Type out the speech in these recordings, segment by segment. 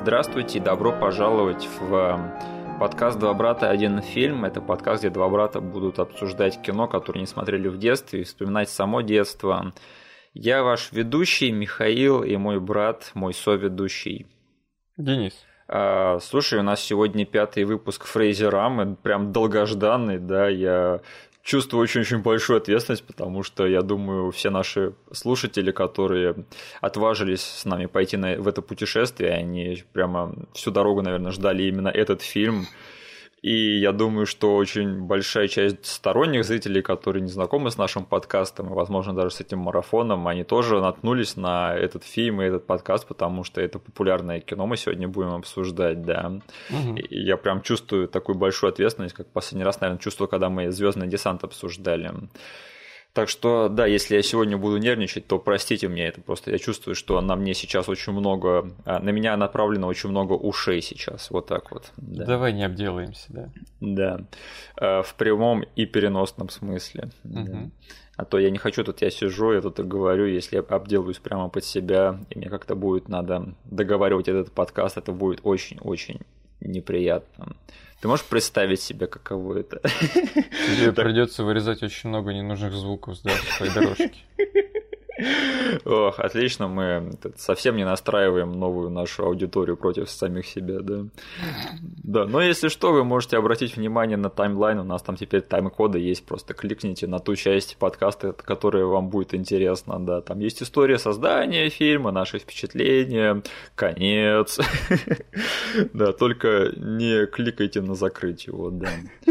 Здравствуйте и добро пожаловать в подкаст «Два брата. Один фильм». Это подкаст, где два брата будут обсуждать кино, которое не смотрели в детстве, и вспоминать само детство. Я ваш ведущий Михаил и мой брат, мой соведущий Денис. Слушай, у нас сегодня 5-й выпуск Фрейзерамы, прям долгожданный, да, я чувствую очень-очень большую ответственность, потому что, я думаю, все наши слушатели, которые отважились с нами пойти в это путешествие, они прямо всю дорогу, наверное, ждали именно этот фильм. И я думаю, что очень большая часть сторонних зрителей, которые не знакомы с нашим подкастом, и, возможно, даже с этим марафоном, они тоже наткнулись на этот фильм и этот подкаст, потому что это популярное кино мы сегодня будем обсуждать, да. Угу. И я прям чувствую такую большую ответственность, как последний раз, наверное, чувствовал, когда мы «Звездный десант» обсуждали. Так что, да, если я сегодня буду нервничать, то простите мне это, просто я чувствую, что на мне сейчас очень много, на меня направлено очень много ушей сейчас, вот так вот. Да. Давай не обделаемся, да. Да, в прямом и переносном смысле. Угу. Да. А то я не хочу, тут я сижу, я тут и говорю, если я обделаюсь прямо под себя, и мне как-то будет надо договаривать этот подкаст, это будет очень-очень неприятно. Ты можешь представить себе, каково это? Тебе придется вырезать очень много ненужных звуков с своей дорожки. Ох, отлично, мы совсем не настраиваем новую нашу аудиторию против самих себя, да. Да, но если что, вы можете обратить внимание на таймлайн, у нас там теперь тайм-коды есть, просто кликните на ту часть подкаста, которая вам будет интересна, да. Там есть история создания фильма, наши впечатления, конец. Да, только не кликайте на закрыть его, да.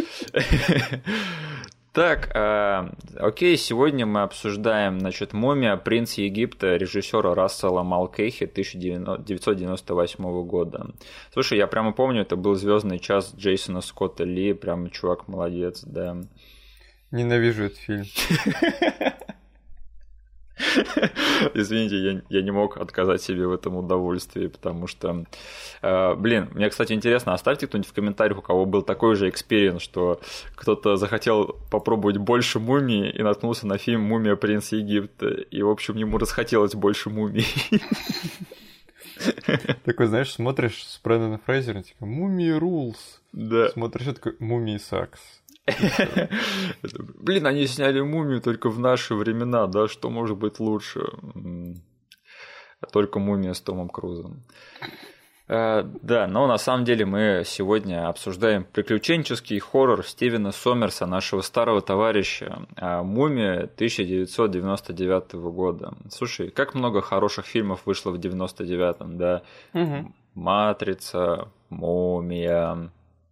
Так, окей, сегодня мы обсуждаем, значит, «Мумия. Принц Египта» режиссера Рассела Малкехи 1998 года. Слушай, я прямо помню, это был «Звездный час» Джейсона Скотта Ли, прям чувак молодец, да. Ненавижу этот фильм. Извините, я не мог отказать себе в этом удовольствии, потому что, мне, кстати, интересно, оставьте кто-нибудь в комментариях, у кого был такой же экспириенс, что кто-то захотел попробовать больше мумии и наткнулся на фильм «Мумия. Принц Египта», и, в общем, ему расхотелось больше мумий. Такой, знаешь, смотришь с Брэндоном Фрейзером, типа «Мумии рулс», смотришь, такой «Мумии сакс». Блин, они сняли «Мумию» только в наши времена, да, что может быть лучше? Только «Мумия» с Томом Крузом. Да, но на самом деле мы сегодня обсуждаем приключенческий хоррор Стивена Сомерса, нашего старого товарища, «Мумия» 1999 года. Слушай, как много хороших фильмов вышло в 99-м, да? Угу. «Матрица», «Мумия»,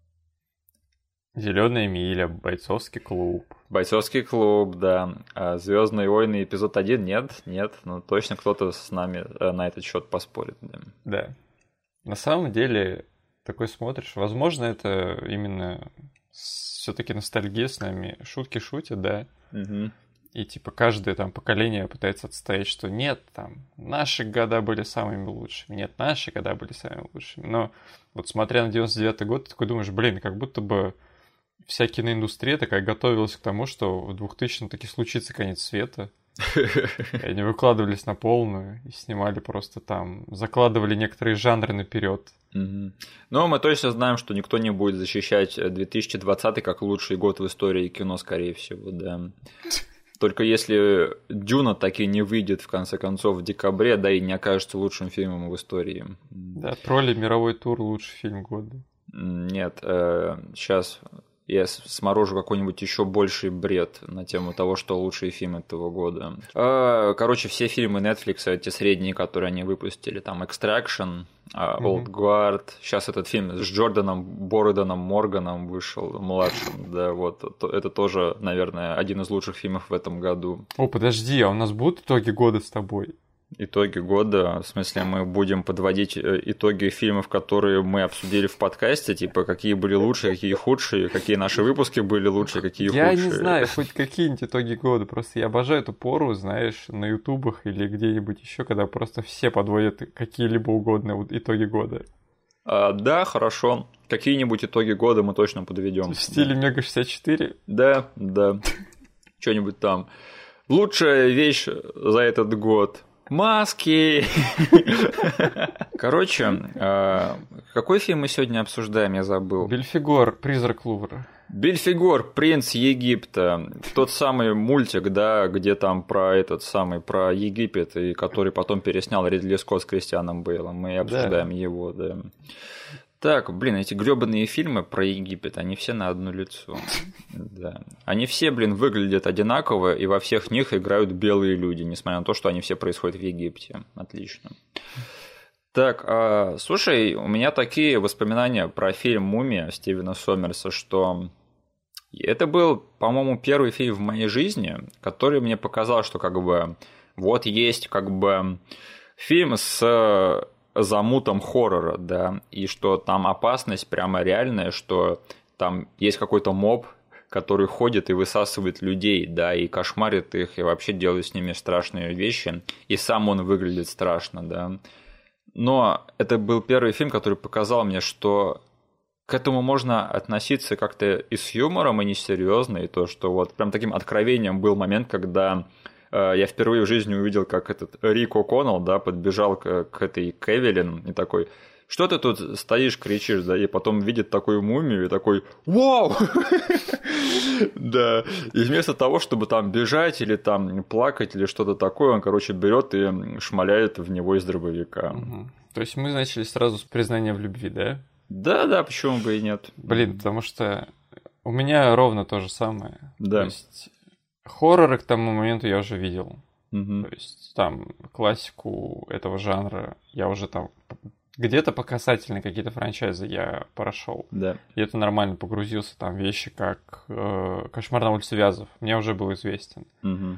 «Зеленая миля», «Бойцовский клуб». «Бойцовский клуб», да. «Звездные войны» эпизод 1 нет, ну точно кто-то с нами на этот счет поспорит. Да. На самом деле, такой смотришь, возможно, это именно все-таки ностальгия с нами. Шутки шутят, да. Угу. И типа каждое там поколение пытается отстоять, что нет, там, наши года были самыми лучшими, нет, наши года были самыми лучшими. Но вот смотря на 99-й год, ты такой думаешь, как будто бы вся киноиндустрия такая готовилась к тому, что в 2000-м таки случится конец света. И они выкладывались на полную и снимали просто там, закладывали некоторые жанры наперед. Но мы точно знаем, что никто не будет защищать 2020 как лучший год в истории кино, скорее всего, да. Только если «Дюна» таки не выйдет, в конце концов, в декабре, да и не окажется лучшим фильмом в истории. Да, «Тролли. Мировой тур» лучший фильм года. Нет, сейчас я сморожу какой-нибудь еще больший бред на тему того, что лучший фильм этого года. Короче, все фильмы Netflix, эти средние, которые они выпустили, там «Extraction», «Old Guard», сейчас этот фильм с Джорданом Бороданом Морганом вышел, младшим, да, вот, это тоже, наверное, один из лучших фильмов в этом году. О, подожди, а у нас будут итоги года с тобой? Итоги года, в смысле, мы будем подводить итоги фильмов, которые мы обсудили в подкасте, типа, какие были лучшие, какие худшие, какие наши выпуски были лучшие, какие худшие. Я не знаю, хоть какие-нибудь итоги года, просто я обожаю эту пору, знаешь, на ютубах или где-нибудь еще, когда просто все подводят какие-либо угодные итоги года. Да, хорошо. Какие-нибудь итоги года мы точно подведем. В стиле Мега-64? Да. Что-нибудь там. Лучшая вещь за этот год. Маски! Короче, какой фильм мы сегодня обсуждаем, я забыл. Бельфигор, призрак Лувра. Бельфигор, принц Египта. Тот самый мультик, да, где там про про Египет, и который потом переснял Ридли Скотт с Кристианом Бейлом. Мы обсуждаем его, да. Так, блин, эти грёбаные фильмы про Египет, они все на одно лицо. Да. Они все, блин, выглядят одинаково, и во всех них играют белые люди, несмотря на то, что они все происходят в Египте. Отлично. Так, слушай, у меня такие воспоминания про фильм «Мумия» Стивена Сомерса, что это был, по-моему, первый фильм в моей жизни, который мне показал, что как бы вот есть как бы фильм с замутом хоррора, да, и что там опасность прямо реальная, что там есть какой-то моб, который ходит и высасывает людей, да, и кошмарит их, и вообще делает с ними страшные вещи, и сам он выглядит страшно, да. Но это был первый фильм, который показал мне, что к этому можно относиться как-то и с юмором, и несерьезно, и то, что вот прям таким откровением был момент, когда я впервые в жизни увидел, как этот Рик О'Коннелл, да, подбежал к этой Кевилин и такой: что ты тут стоишь, кричишь, да, и потом видит такую мумию и такой: вау! Да, и вместо того, чтобы там бежать или там плакать или что-то такое, он, короче, берет и шмаляет в него из дробовика. То есть мы начали сразу с признания в любви, да? Да, почему бы и нет. Блин, потому что у меня ровно то же самое. Да. То есть хорроры к тому моменту я уже видел. Угу. То есть там классику этого жанра я уже там где-то по касательной какие-то франчайзы я прошел. Да. Где-то нормально погрузился, там вещи как «Кошмар на улице Вязов» мне уже был известен. Угу.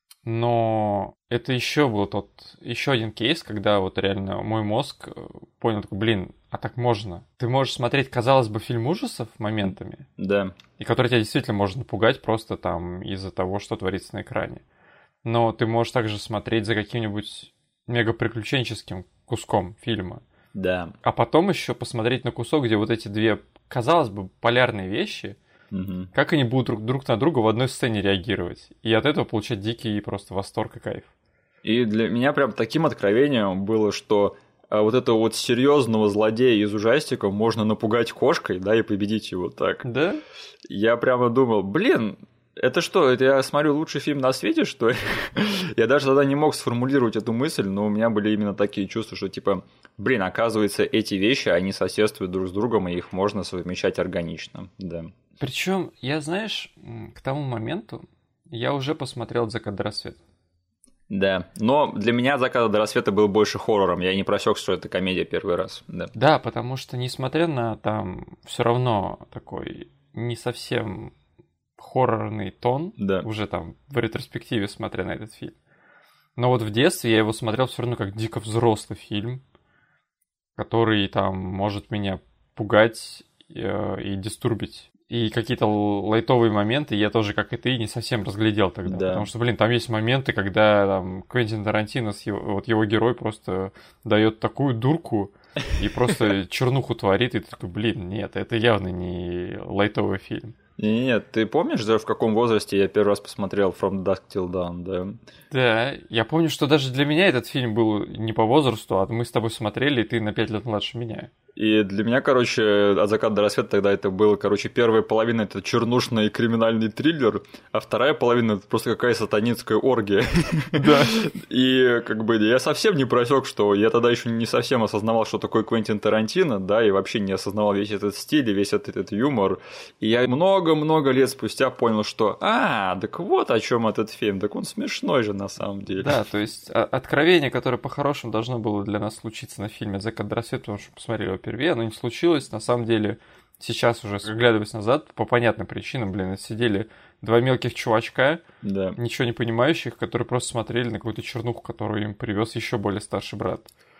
Но это еще был еще один кейс, когда вот реально мой мозг понял, такой: блин, а так можно? Ты можешь смотреть, казалось бы, фильм ужасов моментами, да, и который тебя действительно может напугать просто там из-за того, что творится на экране. Но ты можешь также смотреть за каким-нибудь мегаприключенческим куском фильма. Да. А потом еще посмотреть на кусок, где вот эти две, казалось бы, полярные вещи, угу. как они будут друг на друга в одной сцене реагировать. И от этого получать дикий просто восторг и кайф. И для меня прям таким откровением было, что вот этого вот серьезного злодея из ужастиков можно напугать кошкой, да, и победить его так. Да? Я прямо думал: блин, это что, это я смотрю лучший фильм на свете, что ли? Я даже тогда не мог сформулировать эту мысль, но у меня были именно такие чувства, что типа, блин, оказывается, эти вещи, они соседствуют друг с другом, и их можно совмещать органично, да. Причем, я, знаешь, к тому моменту я уже посмотрел «Закат до рассвета». Да, но для меня «Закат до рассвета» был больше хоррором, я не просек, что это комедия первый раз. Да, да, потому что, несмотря на там все равно такой не совсем хоррорный тон, да. уже там в ретроспективе смотря на этот фильм, но вот в детстве я его смотрел все равно как дико взрослый фильм, который там может меня пугать и дистурбить. И какие-то лайтовые моменты я тоже, как и ты, не совсем разглядел тогда. Да. Потому что, блин, там есть моменты, когда там Квентин Тарантино, вот его герой просто дает такую дурку и просто чернуху творит, и ты такой: блин, нет, это явно не лайтовый фильм. Нет, ты помнишь, в каком возрасте я первый раз посмотрел From Dusk Till Dawn, да? Да, я помню, что даже для меня этот фильм был не по возрасту, а мы с тобой смотрели, и ты на 5 лет младше меня. И для меня, короче, «От заката до рассвета» тогда это был, короче, первая половина — это чернушный криминальный триллер, а вторая половина — это просто какая сатанинская оргия. Да. И как бы я совсем не просек, что я тогда еще не совсем осознавал, что такое Квентин Тарантино, да, и вообще не осознавал весь этот стиль и весь этот юмор. И я много-много лет спустя понял, что так вот о чем этот фильм, так он смешной же на самом деле. Да, то есть откровение, которое по-хорошему должно было для нас случиться на фильме «Закат до рассвета», потому что посмотрели его впервые, оно не случилось. На самом деле, сейчас уже, оглядываясь назад, по понятным причинам, блин, сидели два мелких чувачка, да, ничего не понимающих, которые просто смотрели на какую-то чернуху, которую им привез еще более старший брат.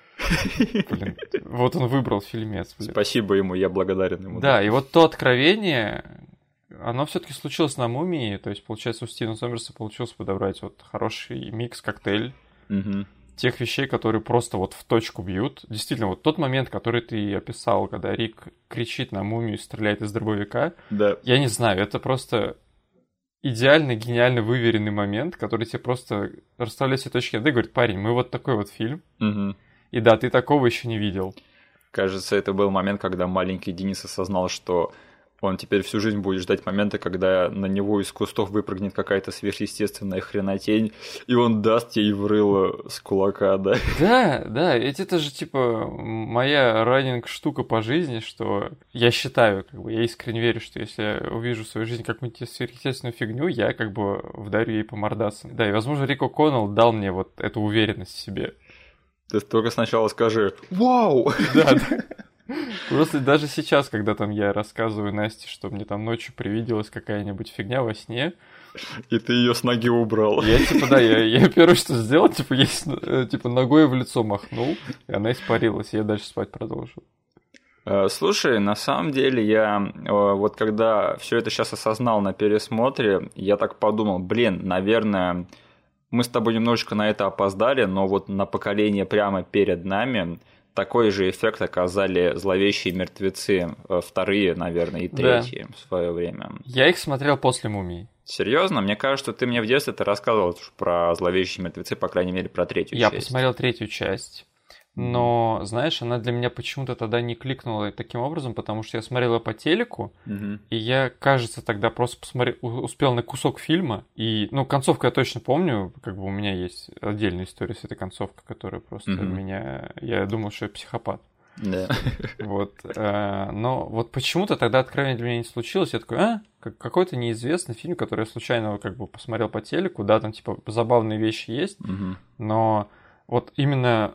Блин, вот он выбрал фильмец. Блин. Спасибо ему, я благодарен ему. Да, и вот то откровение, оно все-таки случилось на «Мумии», то есть, получается, у Стивена Сомерса получилось подобрать вот хороший микс, коктейль тех вещей, которые просто вот в точку бьют. Действительно, вот тот момент, который ты описал, когда Рик кричит на мумию и стреляет из дробовика, да, я не знаю, это просто идеально, гениально выверенный момент, который тебе просто расставляет все точки над «и», говорит: парень, мы вот такой вот фильм, и да, ты такого еще не видел. Кажется, это был момент, когда маленький Денис осознал, что он теперь всю жизнь будет ждать момента, когда на него из кустов выпрыгнет какая-то сверхъестественная хренотень, и он даст ей в рыло с кулака, да? Да, ведь это же, типа, моя раннинг-штука по жизни, что я считаю, как бы, я искренне верю, что если я увижу в своей жизни какую-нибудь сверхъестественную фигню, я, как бы, вдарю ей по мордасам. Да, и, возможно, Рик О'Коннелл дал мне вот эту уверенность в себе. Ты только сначала скажи «Вау!» Да. Просто даже сейчас, когда там я рассказываю Насте, что мне там ночью привиделась какая-нибудь фигня во сне, и ты ее с ноги убрал. Я, типа, да, я первое, что сделал, типа, я, типа, ногой в лицо махнул, и она испарилась, и я дальше спать продолжил. Слушай, на самом деле я вот когда все это сейчас осознал на пересмотре, я так подумал, наверное, мы с тобой немножечко на это опоздали, но вот на поколение прямо перед нами такой же эффект оказали «Зловещие мертвецы», вторые, наверное, и третьи в свое время. Я их смотрел после «Мумии». Серьезно? Мне кажется, что ты мне в детстве рассказывал про «Зловещие мертвецы», по крайней мере, про третью часть. Я посмотрел третью часть. Но, знаешь, она для меня почему-то тогда не кликнула таким образом, потому что я смотрел ее по телеку, и я, кажется, тогда просто успел на кусок фильма, и, концовку я точно помню, как бы у меня есть отдельная история с этой концовкой, которая просто меня... Я думал, что я психопат. Да. Вот. Но вот почему-то тогда откровение для меня не случилось. Я такой, какой-то неизвестный фильм, который я случайно как бы посмотрел по телеку, да, там типа забавные вещи есть, но вот именно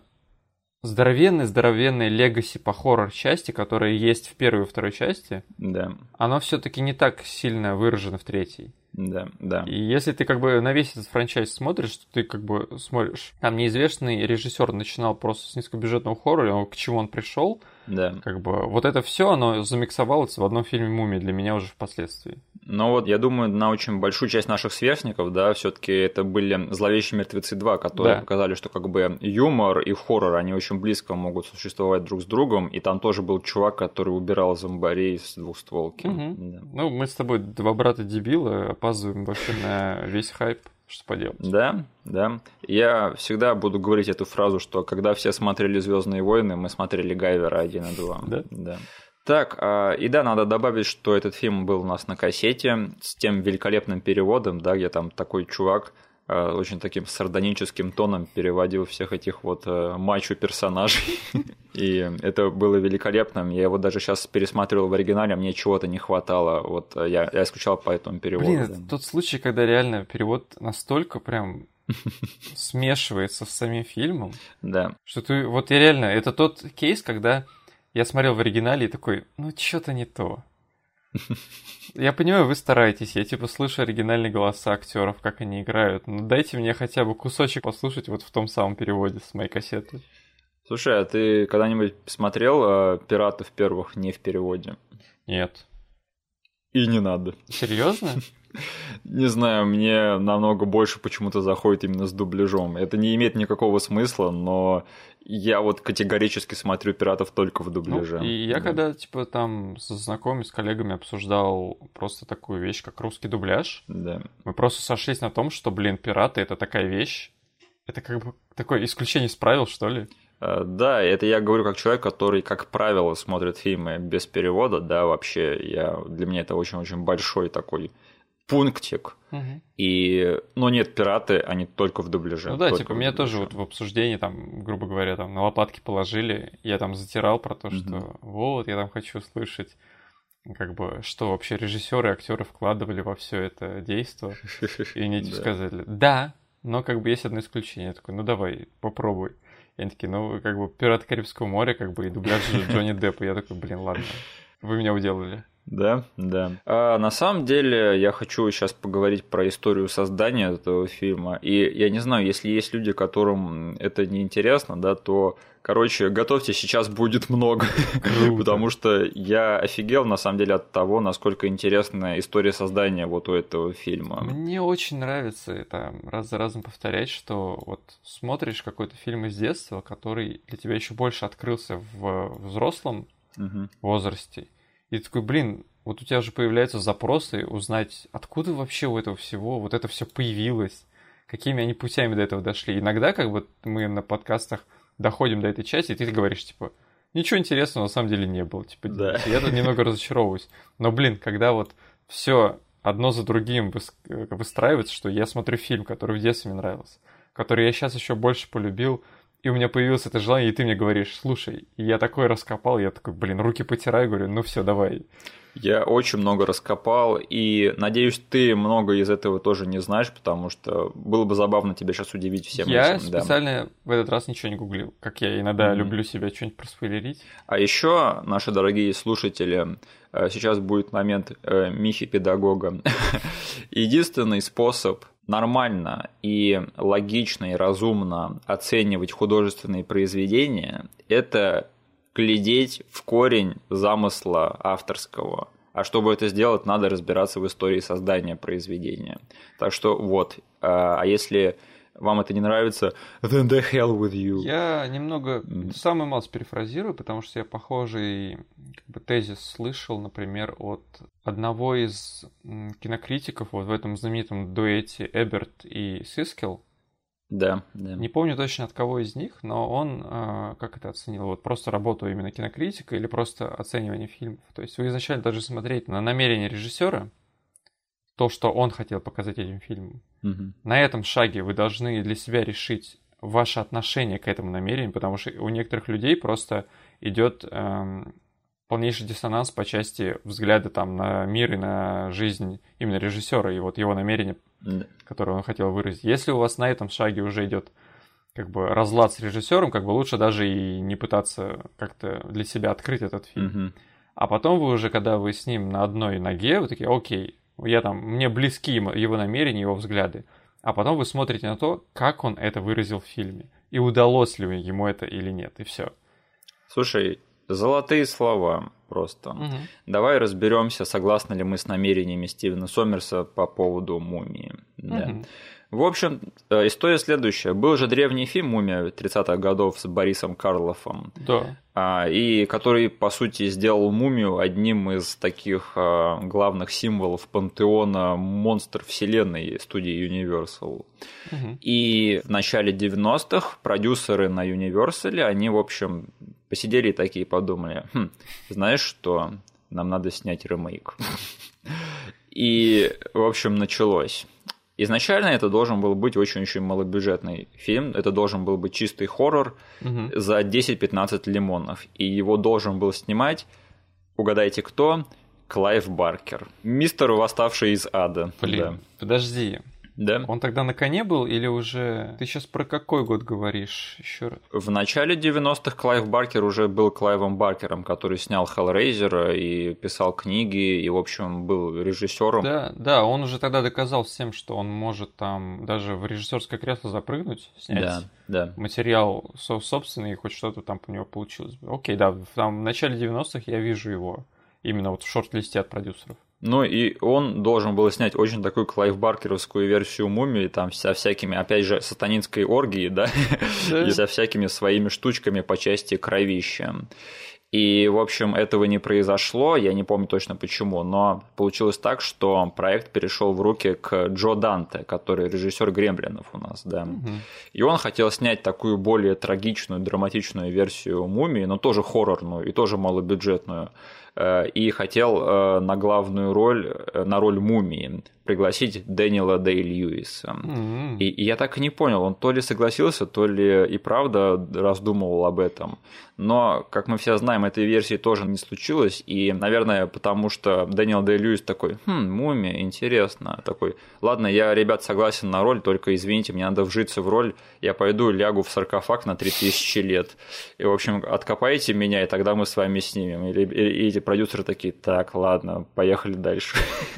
здоровенное легаси по хоррор-части, которое есть в первой и второй части, оно все-таки не так сильно выражено в третьей. Да. И если ты как бы на весь этот франчайз смотришь, то ты как бы смотришь. Там неизвестный режиссер начинал просто с низкобюджетного хоррора, к чему он пришел. Как бы вот это все, оно замиксовалось в одном фильме «Мумия» для меня уже впоследствии. Но вот я думаю, на очень большую часть наших сверстников, да, все-таки это были «Зловещие мертвецы 2», которые показали, что как бы юмор и хоррор, они очень близко могут существовать друг с другом, и там тоже был чувак, который убирал зомбарей с двухстволки. Мы с тобой два брата-дебила, опаздываем вообще на весь хайп. Что поделать? Да. Я всегда буду говорить эту фразу, что когда все смотрели «Звездные войны», мы смотрели «Гайвера» 1 и 2. Да. Так, и да, надо добавить, что этот фильм был у нас на кассете с тем великолепным переводом, да, где там такой чувак очень таким сардоническим тоном переводил всех этих вот мачо-персонажей. И это было великолепно. Я его даже сейчас пересматривал в оригинале, мне чего-то не хватало. Вот я скучал по этому переводу. Блин, тот случай, когда реально перевод настолько прям смешивается с самим фильмом, что ты... Вот я реально... Это тот кейс, когда я смотрел в оригинале и такой, что-то не то. Я понимаю, вы стараетесь, я типа слышу оригинальные голоса актеров, как они играют, но дайте мне хотя бы кусочек послушать вот в том самом переводе с моей кассеты. Слушай, а ты когда-нибудь смотрел «Пиратов первых» не в переводе? Нет. И не надо. Серьезно? Не знаю, мне намного больше почему-то заходит именно с дубляжом. Это не имеет никакого смысла, но я вот категорически смотрю «Пиратов» только в дубляже. И я когда, типа, там со знакомыми, с коллегами обсуждал просто такую вещь, как русский дубляж, мы просто сошлись на том, что, «Пираты» — это такая вещь, это как бы такое исключение из правил, что ли? Да, это я говорю как человек, который, как правило, смотрит фильмы без перевода, да, вообще, для меня это очень-очень большой такой пунктик. Но нет, «Пираты», они только в дубляже. Типа, меня тоже вот в обсуждении, там, грубо говоря, там на лопатки положили, я там затирал про то, что вот, я там хочу слышать, как бы, что вообще режиссеры и актеры вкладывали во все это действо. И мне сказали, да, но как бы есть одно исключение. Я такой, давай, попробуй. И они такие, как бы «Пираты Карибского моря», как бы, и дубляж Джонни Деппа. Я такой, ладно, вы меня уделали. Да. На самом деле я хочу сейчас поговорить про историю создания этого фильма. И я не знаю, если есть люди, которым это не интересно, да, то, готовьте, сейчас будет много. Потому что я офигел, на самом деле, от того, насколько интересная история создания вот у этого фильма. Мне очень нравится это раз за разом повторять, что вот смотришь какой-то фильм из детства, который для тебя еще больше открылся в взрослом возрасте. И ты такой, блин, вот у тебя же появляются запросы узнать, откуда вообще у этого всего вот это все появилось, какими они путями до этого дошли. Иногда как бы мы на подкастах доходим до этой части, и ты говоришь, типа, ничего интересного на самом деле не было. Типа, Да. я тут немного разочаровываюсь. Но, блин, когда вот все одно за другим выстраивается, что я смотрю фильм, который в детстве мне нравился, который я сейчас еще больше полюбил, и у меня появилось это желание, и ты мне говоришь, слушай, и я такой раскопал, я такой, блин, руки потираю, говорю, ну все, давай. Я очень много раскопал, и надеюсь, ты много из этого тоже не знаешь, потому что было бы забавно тебя сейчас удивить всем Я этим. специально в этот раз ничего не гуглил, как я иногда люблю себя что-нибудь проспойлерить. А еще, наши дорогие слушатели, сейчас будет момент Михи-педагога. Единственный способ нормально и логично и разумно оценивать художественные произведения – это глядеть в корень замысла авторского. А чтобы это сделать, надо разбираться в истории создания произведения. Так что вот, а если вам это не нравится, then the hell with you. Я немного самый малость перефразирую, потому что я похожий как бы, тезис слышал, например, от одного из кинокритиков вот в этом знаменитом дуэте Эберт и Сискел. Да, да. Не помню точно от кого из них, но он как это оценил? Вот просто работу именно кинокритика или просто оценивание фильмов. То есть вы изначально должны смотреть на намерение режиссера, то, что он хотел показать этим фильмом. Угу. На этом шаге вы должны для себя решить ваше отношение к этому намерению, потому что у некоторых людей просто идет полнейший диссонанс по части взгляда там, на мир и на жизнь именно режиссера и вот его намерения, которое он хотел выразить. Если у вас на этом шаге уже идет как бы разлад с режиссером, как бы лучше даже и не пытаться как-то для себя открыть этот фильм. А потом вы уже, когда вы с ним на одной ноге, вы такие, окей, мне близки его намерения, его взгляды. А потом вы смотрите на то, как он это выразил в фильме. И удалось ли ему это или нет, и все. Слушай, золотые слова просто. Угу. Давай разберемся, согласны ли мы с намерениями Стивена Сомерса по поводу «Мумии». Да. Угу. В общем, история следующая. Был же древний фильм «Мумия» 30-х годов с Борисом Карлоффом, да. И который, по сути, сделал «Мумию» одним из таких главных символов пантеона монстров вселенной студии Universal. Угу. И в начале 90-х продюсеры на Universal, они, в общем, посидели и такие подумали, знаешь что, нам надо снять ремейк. И, в общем, началось. Изначально это должен был быть очень-очень малобюджетный фильм, это должен был быть чистый хоррор за 10-15 лимонов, и его должен был снимать, угадайте кто, Клайв Баркер, мистер, восставший из ада. Блин, да. Подожди. Да? Он тогда на коне был или уже... Ты сейчас про какой год говоришь? Еще раз. В начале 90-х Клайв Баркер уже был Клайвом Баркером, который снял Hellraiser и писал книги, и, в общем, был режиссером. Да, он уже тогда доказал всем, что он может там даже в режиссерское кресло запрыгнуть, снять материал собственный, и хоть что-то там у него получилось. Окей, да, в начале 90-х я вижу его именно вот в шорт-листе от продюсеров. Ну и он должен был снять очень такую Клайв Баркеровскую версию «Мумии», там со всякими, опять же, сатанинской оргией, да, и со всякими своими штучками по части кровища. И, в общем, этого не произошло, я не помню точно почему, но получилось так, что проект перешел в руки к Джо Данте, который режиссер «Гремлинов» у нас, да. И он хотел снять такую более трагичную, драматичную версию «Мумии», но тоже хоррорную и тоже малобюджетную. И хотел на главную роль, на роль мумии, пригласить Дэниела Дэй-Льюиса. И я так и не понял, он то ли согласился, то ли и правда раздумывал об этом. Но, как мы все знаем, этой версии тоже не случилось. И, наверное, потому что Дэниел Дэй-Льюис такой, мумия, интересно. Такой, ладно, я, ребят, согласен на роль, только извините, мне надо вжиться в роль, я пойду лягу в саркофаг на 3000 лет. И, в общем, откопайте меня, и тогда мы с вами снимем. И эти продюсеры такие, так, ладно, поехали дальше.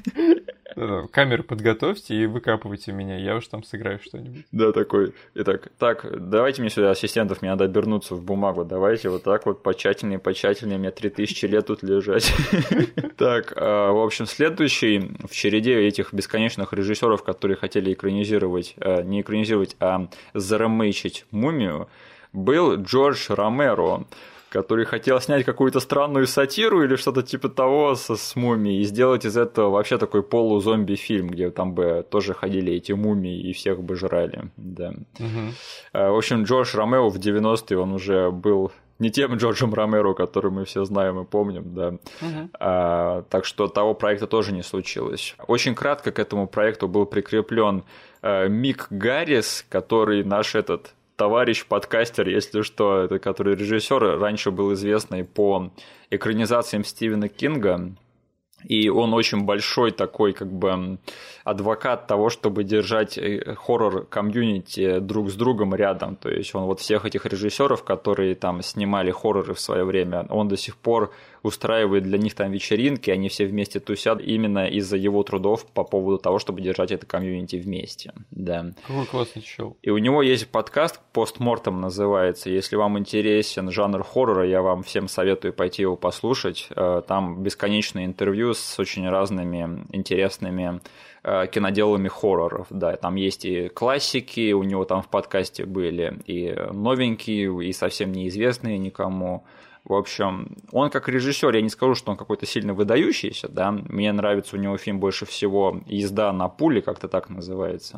Камеру подготовьте и выкапывайте меня, я уж там сыграю что-нибудь. Да, такой. Итак, давайте мне сюда ассистентов, мне надо обернуться в бумагу, давайте вот так вот почательнее, мне 3000 лет тут лежать. Так, в общем, следующий в череде этих бесконечных режиссеров, которые хотели экранизировать, не экранизировать, а заремейчить «Мумию», был Джордж Ромеро, который хотел снять какую-то странную сатиру или что-то типа того с мумией и сделать из этого вообще такой полузомби-фильм, где там бы тоже ходили эти мумии и всех бы жрали. Да. В общем, Джордж Ромеро в 90-е он уже был не тем Джорджем Ромеро, который мы все знаем и помним, да. Так что того проекта тоже не случилось. Очень кратко к этому проекту был прикреплен Мик Гаррис, который наш товарищ-подкастер, если что, это который режиссер, раньше был известный по экранизациям Стивена Кинга. И он очень большой такой как бы адвокат того, чтобы держать хоррор-комьюнити друг с другом рядом. То есть он вот всех этих режиссеров, которые там снимали хорроры в свое время, он до сих пор устраивает для них там вечеринки, они все вместе тусят именно из-за его трудов по поводу того, чтобы держать это комьюнити вместе. Да. Какой классный чел. И у него есть подкаст, «Постмортем» называется. Если вам интересен жанр хоррора, я вам всем советую пойти его послушать. Там бесконечные интервью с очень разными интересными киноделами хорроров. Да, там есть и классики, у него там в подкасте были и новенькие, и совсем неизвестные никому. В общем, он как режиссер, я не скажу, что он какой-то сильно выдающийся, да. Мне нравится у него фильм больше всего «Езда на пуле», как-то так называется.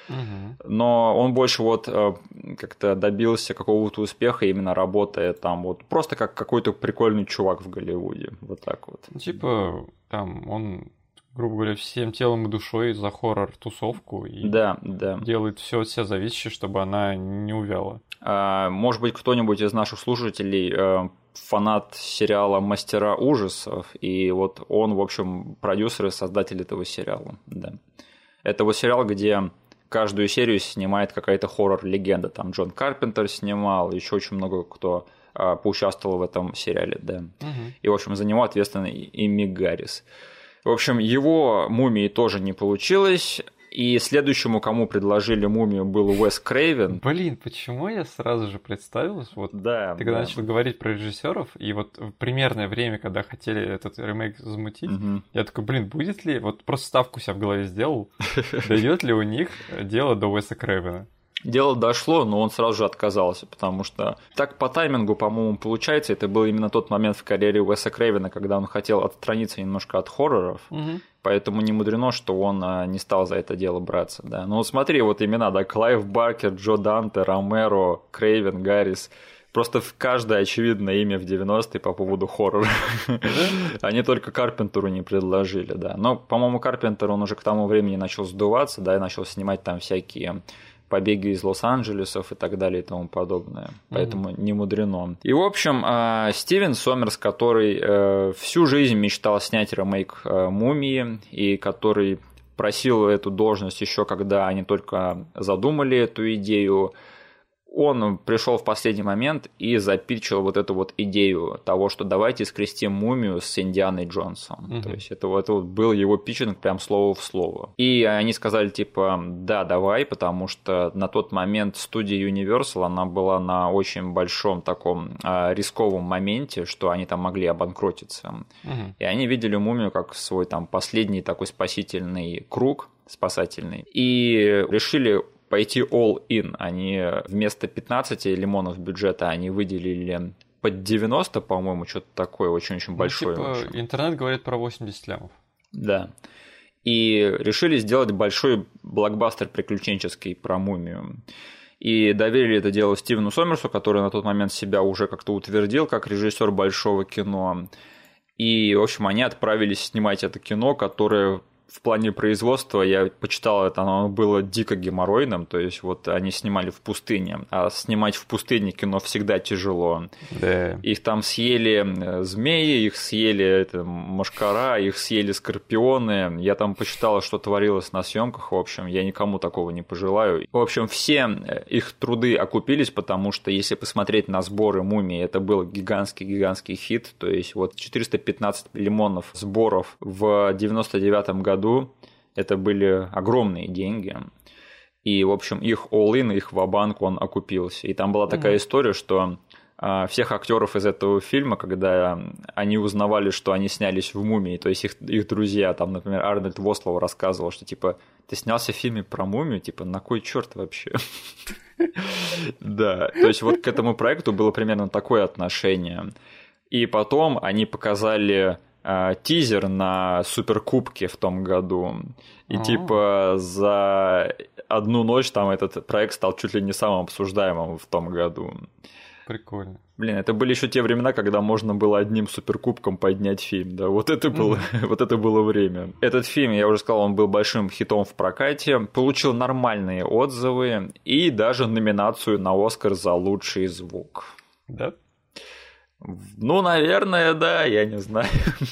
Но он больше вот как-то добился какого-то успеха, именно работая там вот просто как какой-то прикольный чувак в Голливуде. Вот так вот. Типа, там он, грубо говоря, всем телом и душой за хоррор-тусовку и делает все от себя зависящее, чтобы она не увяла. Может быть, кто-нибудь из наших слушателей фанат сериала «Мастера ужасов», и вот он, в общем, продюсер и создатель этого сериала. Да. Это вот сериал, где каждую серию снимает какая-то хоррор-легенда. Там Джон Карпентер снимал, еще очень много кто поучаствовал в этом сериале. Да. И, в общем, за него ответственный и Мик Гаррис. В общем, его «Мумии» тоже не получилось. И следующему, кому предложили «Мумию», был Уэс Крейвен. Блин, почему я сразу же представил, вот да, ты когда начал говорить про режиссеров, и вот в примерное время, когда хотели этот ремейк замутить, я такой, блин, будет ли, вот просто ставку себя в голове сделал, дойдет ли у них дело до Уэса Крейвена? Дело дошло, но он сразу же отказался, потому что так по таймингу, по-моему, получается, это был именно тот момент в карьере Уэса Крейвена, когда он хотел отстраниться немножко от хорроров, поэтому не мудрено, что он не стал за это дело браться. Да. Ну вот смотри, вот имена, да, Клайв Баркер, Джо Данте, Ромеро, Крейвен, Гаррис. Просто в каждое очевидное имя в 90-е по поводу хоррора. Они только Карпентеру не предложили, да. Но, по-моему, Карпентер, он уже к тому времени начал сдуваться, да, и начал снимать там всякие побеги из Лос-Анджелесов и так далее и тому подобное. Поэтому не мудрено. И, в общем, Стивен Сомерс, который всю жизнь мечтал снять ремейк «Мумии», и который просил эту должность еще когда они только задумали эту идею, он пришел в последний момент и запитчил вот эту вот идею того, что давайте скрестим «Мумию» с Индианой Джонсом. То есть это вот был его питчинг прям слово в слово. И они сказали типа да, давай, потому что на тот момент студия Universal, она была на очень большом таком рисковом моменте, что они там могли обанкротиться. И они видели «Мумию» как свой там последний такой спасительный круг, спасательный, и решили пойти all-in. Они вместо 15 лимонов бюджета они выделили под 90, по-моему, что-то такое очень-очень большое. Типа, интернет говорит про 80 лямов. Да. И решили сделать большой блокбастер приключенческий про «Мумию». И доверили это дело Стивену Сомерсу, который на тот момент себя уже как-то утвердил как режиссер большого кино. И, в общем, они отправились снимать это кино, которое в плане производства, я почитал это, оно было дико геморройным, то есть вот они снимали в пустыне, а снимать в пустыне кино всегда тяжело. Да. Их там съели змеи, их съели мошкара, их съели скорпионы. Я там почитал, что творилось на съемках. В общем, я никому такого не пожелаю. В общем, все их труды окупились, потому что если посмотреть на сборы «Мумии», это был гигантский хит. То есть вот 415 лимонов сборов в 99-м году. Это были огромные деньги. И, в общем, их all-in, их ва-банк, он окупился. И там была такая история, что всех актеров из этого фильма, когда они узнавали, что они снялись в «Мумии», то есть их друзья, там, например, Арнольд Вослоу рассказывал, что, типа, ты снялся в фильме про мумию, типа, на кой черт вообще? Да, то есть вот к этому проекту было примерно такое отношение. И потом они показали тизер на Суперкубке в том году. И типа за одну ночь там этот проект стал чуть ли не самым обсуждаемым в том году. Прикольно. Блин, это были еще те времена, когда можно было одним суперкубком поднять фильм, да, вот это было, вот это было время. Этот фильм, я уже сказал, он был большим хитом в прокате, получил нормальные отзывы и даже номинацию на Оскар за лучший звук. Да? Ну, наверное, да, я не знаю.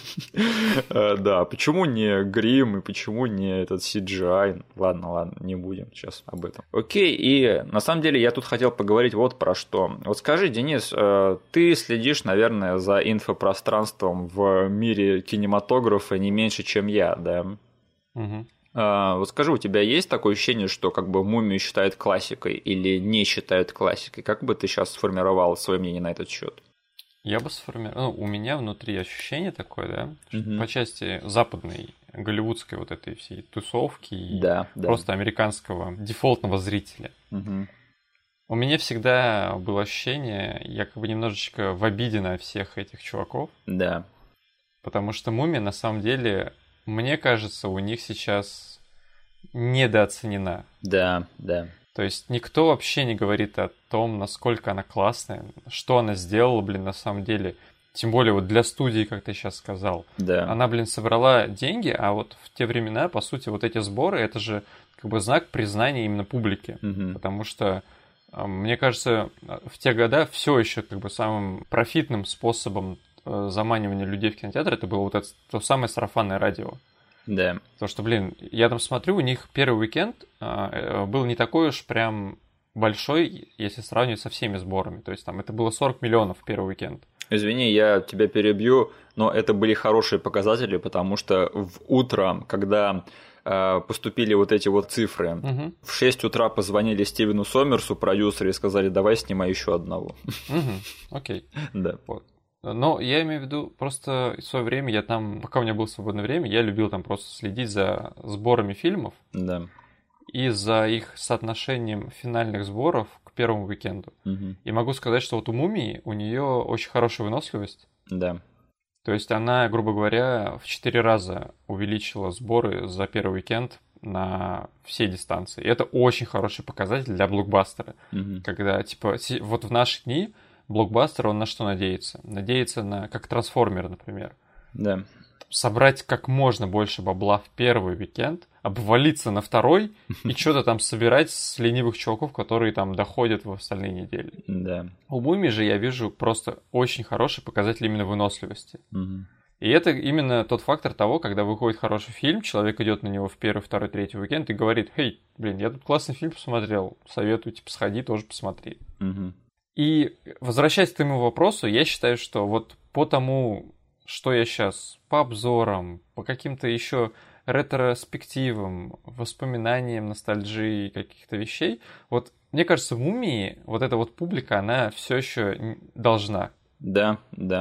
Да, почему не грим и почему не этот CGI? Ладно, не будем сейчас об этом. Окей, и на самом деле я тут хотел поговорить вот про что. Вот скажи, Денис, ты следишь, наверное, за инфопространством в мире кинематографа не меньше, чем я, да? Угу. Вот скажи, у тебя есть такое ощущение, что как бы «Мумию» считают классикой или не считают классикой? Как бы ты сейчас сформировал свое мнение на этот счет? Я бы сформировал... у меня внутри ощущение такое, да, что по части западной, голливудской вот этой всей тусовки и просто американского дефолтного зрителя. У меня всегда было ощущение, я как бы немножечко в обиде на всех этих чуваков. Да. Потому что «Мумия» на самом деле, мне кажется, у них сейчас недооценена. Да. То есть никто вообще не говорит о том, насколько она классная, что она сделала, блин, на самом деле. Тем более вот для студии, как ты сейчас сказал. Да. Она, блин, собрала деньги, а вот в те времена, по сути, вот эти сборы, это же как бы знак признания именно публики. Потому что, мне кажется, в те года все еще как бы самым профитным способом заманивания людей в кинотеатр это было вот это то самое сарафанное радио. Да. Потому что, блин, я там смотрю, у них первый уикенд был не такой уж прям большой, если сравнивать со всеми сборами. То есть там это было 40 миллионов первый уикенд. Извини, я тебя перебью, но это были хорошие показатели, потому что в утро, когда поступили вот эти вот цифры, в 6 утра позвонили Стивену Сомерсу, продюсеру, и сказали, давай снимай еще одного. Окей. Да. Вот. Но я имею в виду, просто в свое время я там, пока у меня было свободное время, я любил там просто следить за сборами фильмов. Да. И за их соотношением финальных сборов к первому уикенду. И могу сказать, что вот у «Мумии» у нее очень хорошая выносливость. Да. То есть она, грубо говоря, в 4 раза увеличила сборы за первый уикенд на все дистанции. И это очень хороший показатель для блокбастера. Когда, типа, вот в наши дни блокбастер, он на что надеется? Надеется на, как «Трансформер», например. Да. Собрать как можно больше бабла в первый уикенд, обвалиться на второй и что-то там собирать с ленивых чуваков, которые там доходят в остальные недели. Да. У «Мумии» же я вижу просто очень хороший показатель именно выносливости. И это именно тот фактор того, когда выходит хороший фильм, человек идет на него в первый, второй, третий уикенд и говорит: «Хей, блин, я тут классный фильм посмотрел, советую, типа, сходи, тоже посмотри». И возвращаясь к твоему вопросу, я считаю, что вот по тому, что я сейчас по обзорам, по каким-то еще ретроспективам, воспоминаниям, ностальгии каких-то вещей, вот мне кажется, в «Мумии» вот эта вот публика, она все еще должна. Да.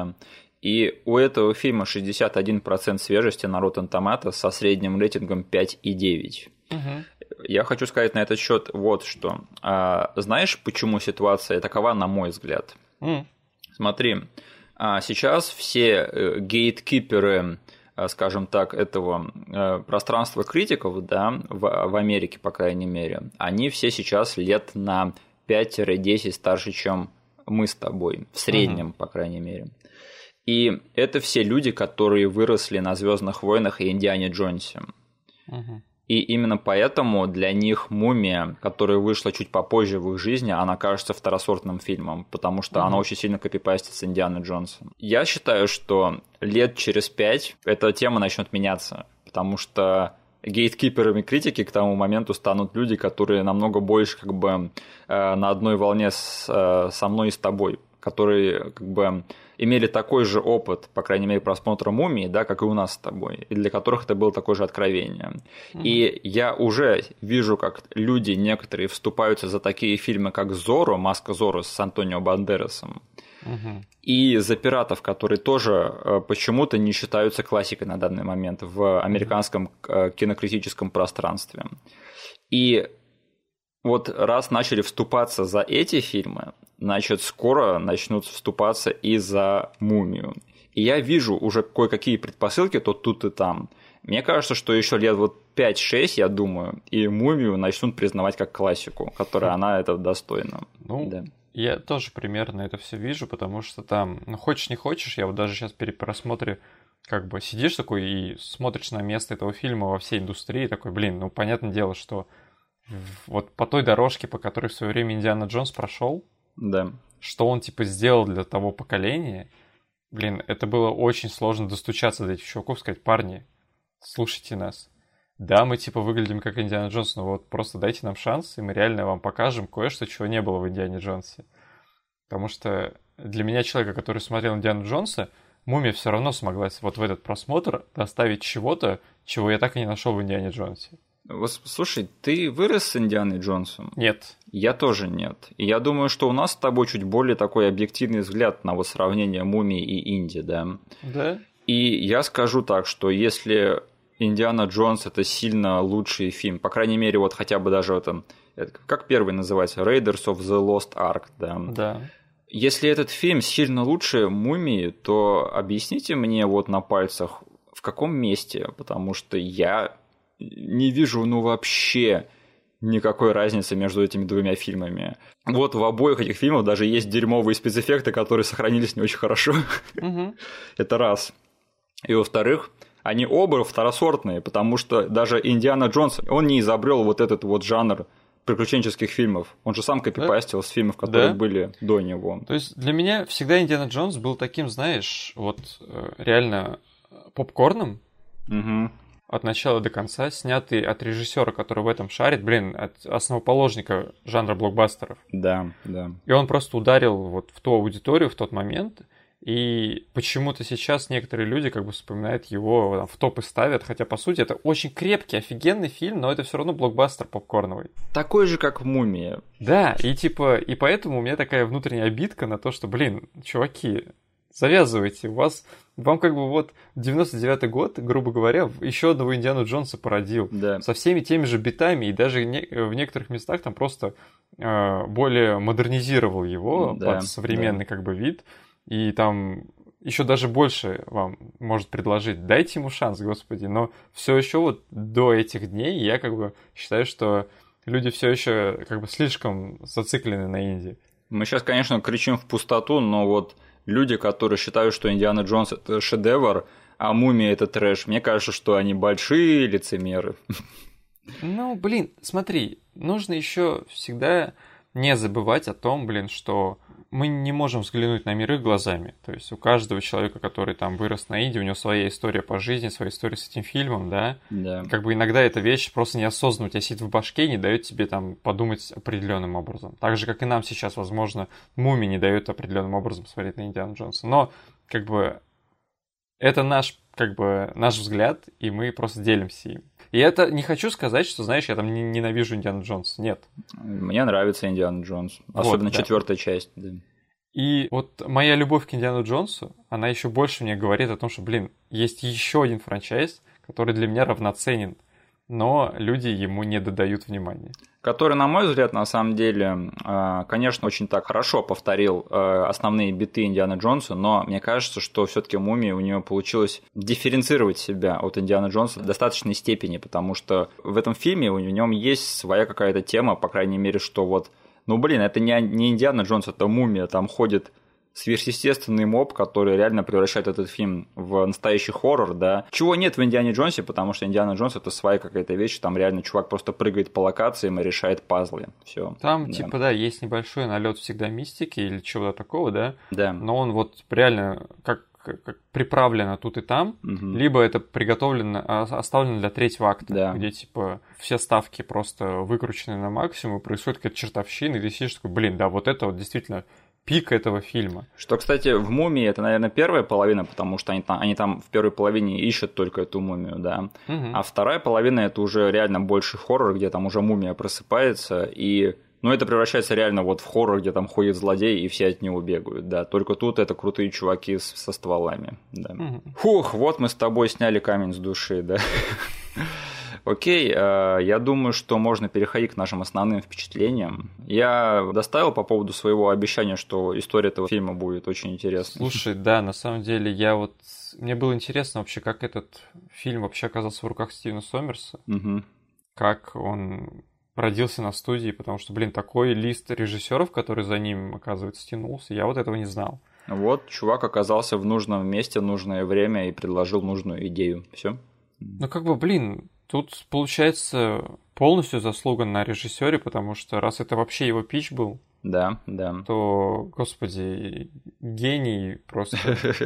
И у этого фильма 61% свежести на Rotten Tomatoes со средним рейтингом 5,9. Я хочу сказать на этот счет вот что. Знаешь, почему ситуация такова, на мой взгляд? Смотри, сейчас все гейткиперы, скажем так, этого пространства критиков, да, в Америке, по крайней мере, они все сейчас лет на 5-10 старше, чем мы с тобой, в среднем, по крайней мере. И это все люди, которые выросли на «Звездных войнах» и «Индиане Джонсе». И именно поэтому для них «Мумия», которая вышла чуть попозже в их жизни, она кажется второсортным фильмом, потому что она очень сильно копипастит с «Индиана Джонсом». Я считаю, что лет через 5 эта тема начнет меняться, потому что гейткиперами критики к тому моменту станут люди, которые намного больше как бы на одной волне со мной и с тобой, которые как бы имели такой же опыт, по крайней мере, просмотра «Мумии», да, как и у нас с тобой, и для которых это было такое же откровение. И я уже вижу, как люди некоторые вступаются за такие фильмы, как «Зорро», «Маска Зорро» с Антонио Бандерасом. и «За пиратов», которые тоже почему-то не считаются классикой на данный момент в американском кинокритическом пространстве. И вот раз начали вступаться за эти фильмы, значит, скоро начнут вступаться и за «Мумию». И я вижу уже кое-какие предпосылки то тут и там. Мне кажется, что еще лет 5-6, я думаю, и «Мумию» начнут признавать как классику, которая она этого достойна. Ну, да. Я тоже примерно это все вижу, потому что там, хочешь не хочешь, я вот даже сейчас при просмотре как бы сидишь такой и смотришь на место этого фильма во всей индустрии, такой, понятное дело, что вот по той дорожке, по которой в свое время Индиана Джонс прошел, да, что он типа сделал для того поколения, это было очень сложно достучаться до этих чуваков, сказать: парни, слушайте нас. Да, мы типа выглядим как Индиана Джонс, но вот просто дайте нам шанс, и мы реально вам покажем кое-что, чего не было в Индиане Джонсе. Потому что для меня, человека, который смотрел Индиану Джонса, «Мумия» все равно смогла вот в этот просмотр доставить чего-то, чего я так и не нашел в Индиане Джонсе. Слушай, ты вырос с Индианой Джонсом? Нет. Я тоже нет. И я думаю, что у нас с тобой чуть более такой объективный взгляд на вот сравнение «Мумии» и «Инди», да? Да. И я скажу так, что если «Индиана Джонс» — это сильно лучший фильм, по крайней мере, вот хотя бы даже это как первый называется, Raiders of the Lost Ark, да? Да. Если этот фильм сильно лучше «Мумии», то объясните мне вот на пальцах, в каком месте, потому что я не вижу, вообще никакой разницы между этими двумя фильмами. Вот в обоих этих фильмах даже есть дерьмовые спецэффекты, которые сохранились не очень хорошо. Это раз. И во-вторых, они оба второсортные, потому что даже Индиана Джонс, он не изобрел вот этот вот жанр приключенческих фильмов. Он же сам копипастил с фильмов, которые были до него. То есть для меня всегда Индиана Джонс был таким, знаешь, вот реально попкорном. От начала до конца, снятый от режиссера, который в этом шарит, от основоположника жанра блокбастеров. Да, да. И он просто ударил вот в ту аудиторию в тот момент, и почему-то сейчас некоторые люди как бы вспоминают его, там, в топы ставят, хотя, по сути, это очень крепкий, офигенный фильм, но это все равно блокбастер попкорновый. Такой же, как «Мумия». Да, и поэтому у меня такая внутренняя обидка на то, что, чуваки, завязывайте, вам как бы вот 99-й год, грубо говоря, еще одного Индиану Джонса породил. Да. Со всеми теми же битами, и даже в некоторых местах там просто более модернизировал его под современный как бы вид. И там еще даже больше вам может предложить. Дайте ему шанс, господи. Но все еще вот до этих дней я как бы считаю, что люди все еще как бы слишком зациклены на Инди. Мы сейчас, конечно, кричим в пустоту, но вот люди, которые считают, что «Индиана Джонс» — это шедевр, а «Мумия» — это трэш, мне кажется, что они большие лицемеры. Смотри, нужно еще всегда не забывать о том, что мы не можем взглянуть на мир их глазами. То есть у каждого человека, который там вырос на Инди, у него своя история по жизни, своя история с этим фильмом, да? Да. Как бы иногда эта вещь просто неосознанно у тебя сидит в башке и не дает тебе там подумать определенным образом. Так же, как и нам сейчас, возможно, «Мумия» не дает определенным образом смотреть на Индиану Джонса. Но как бы это наш взгляд, и мы просто делимся им. И это не хочу сказать, что, знаешь, я там ненавижу Индиану Джонса. Нет. Мне нравится Индиана Джонс. Особенно четвертая часть. Да. И вот моя любовь к Индиану Джонсу, она еще больше мне говорит о том, что, есть еще один франчайз, который для меня равноценен, но люди ему не додают внимания. Который, на мой взгляд, на самом деле, конечно, очень так хорошо повторил основные биты Индианы Джонса, но мне кажется, что все-таки «Мумия» у него получилось дифференцировать себя от Индианы Джонса в достаточной степени, потому что в этом фильме в нем есть своя какая-то тема, по крайней мере, что вот, это не Индиана Джонс, это «Мумия», там ходит сверхъестественный моб, который реально превращает этот фильм в настоящий хоррор, да. Чего нет в «Индиане Джонсе», потому что «Индиана Джонс» — это своя какая-то вещь, там реально чувак просто прыгает по локациям и решает пазлы. Всё. Там, есть небольшой налет всегда мистики или чего-то такого, да? Да. Но он вот реально как приправлено тут и там, либо это приготовлено, оставлено для третьего акта, где все ставки просто выкручены на максимум, и происходит какая-то чертовщина, и ты сидишь такой, вот это вот действительно пик этого фильма. Что, кстати, в «Мумии» это, наверное, первая половина, потому что они там в первой половине ищут только эту мумию, да. А вторая половина — это уже реально больше хоррор, где там уже мумия просыпается, и Но это превращается реально вот в хоррор, где там ходит злодей, и все от него бегают, да. Только тут это крутые чуваки со стволами, да. Фух, вот мы с тобой сняли камень с души, да. Окей, я думаю, что можно переходить к нашим основным впечатлениям. Я доставил по поводу своего обещания, что история этого фильма будет очень интересной. Слушай, да, на самом деле, мне было интересно вообще, как этот фильм вообще оказался в руках Стивена Сомерса, как он родился на студии, потому что, такой лист режиссеров, который за ним, оказывается, тянулся, я вот этого не знал. Вот, чувак оказался в нужном месте, в нужное время и предложил нужную идею. Все. Ну, тут, получается, полностью заслуга на режиссере, потому что раз это вообще его питч был, да. то, господи, гений просто.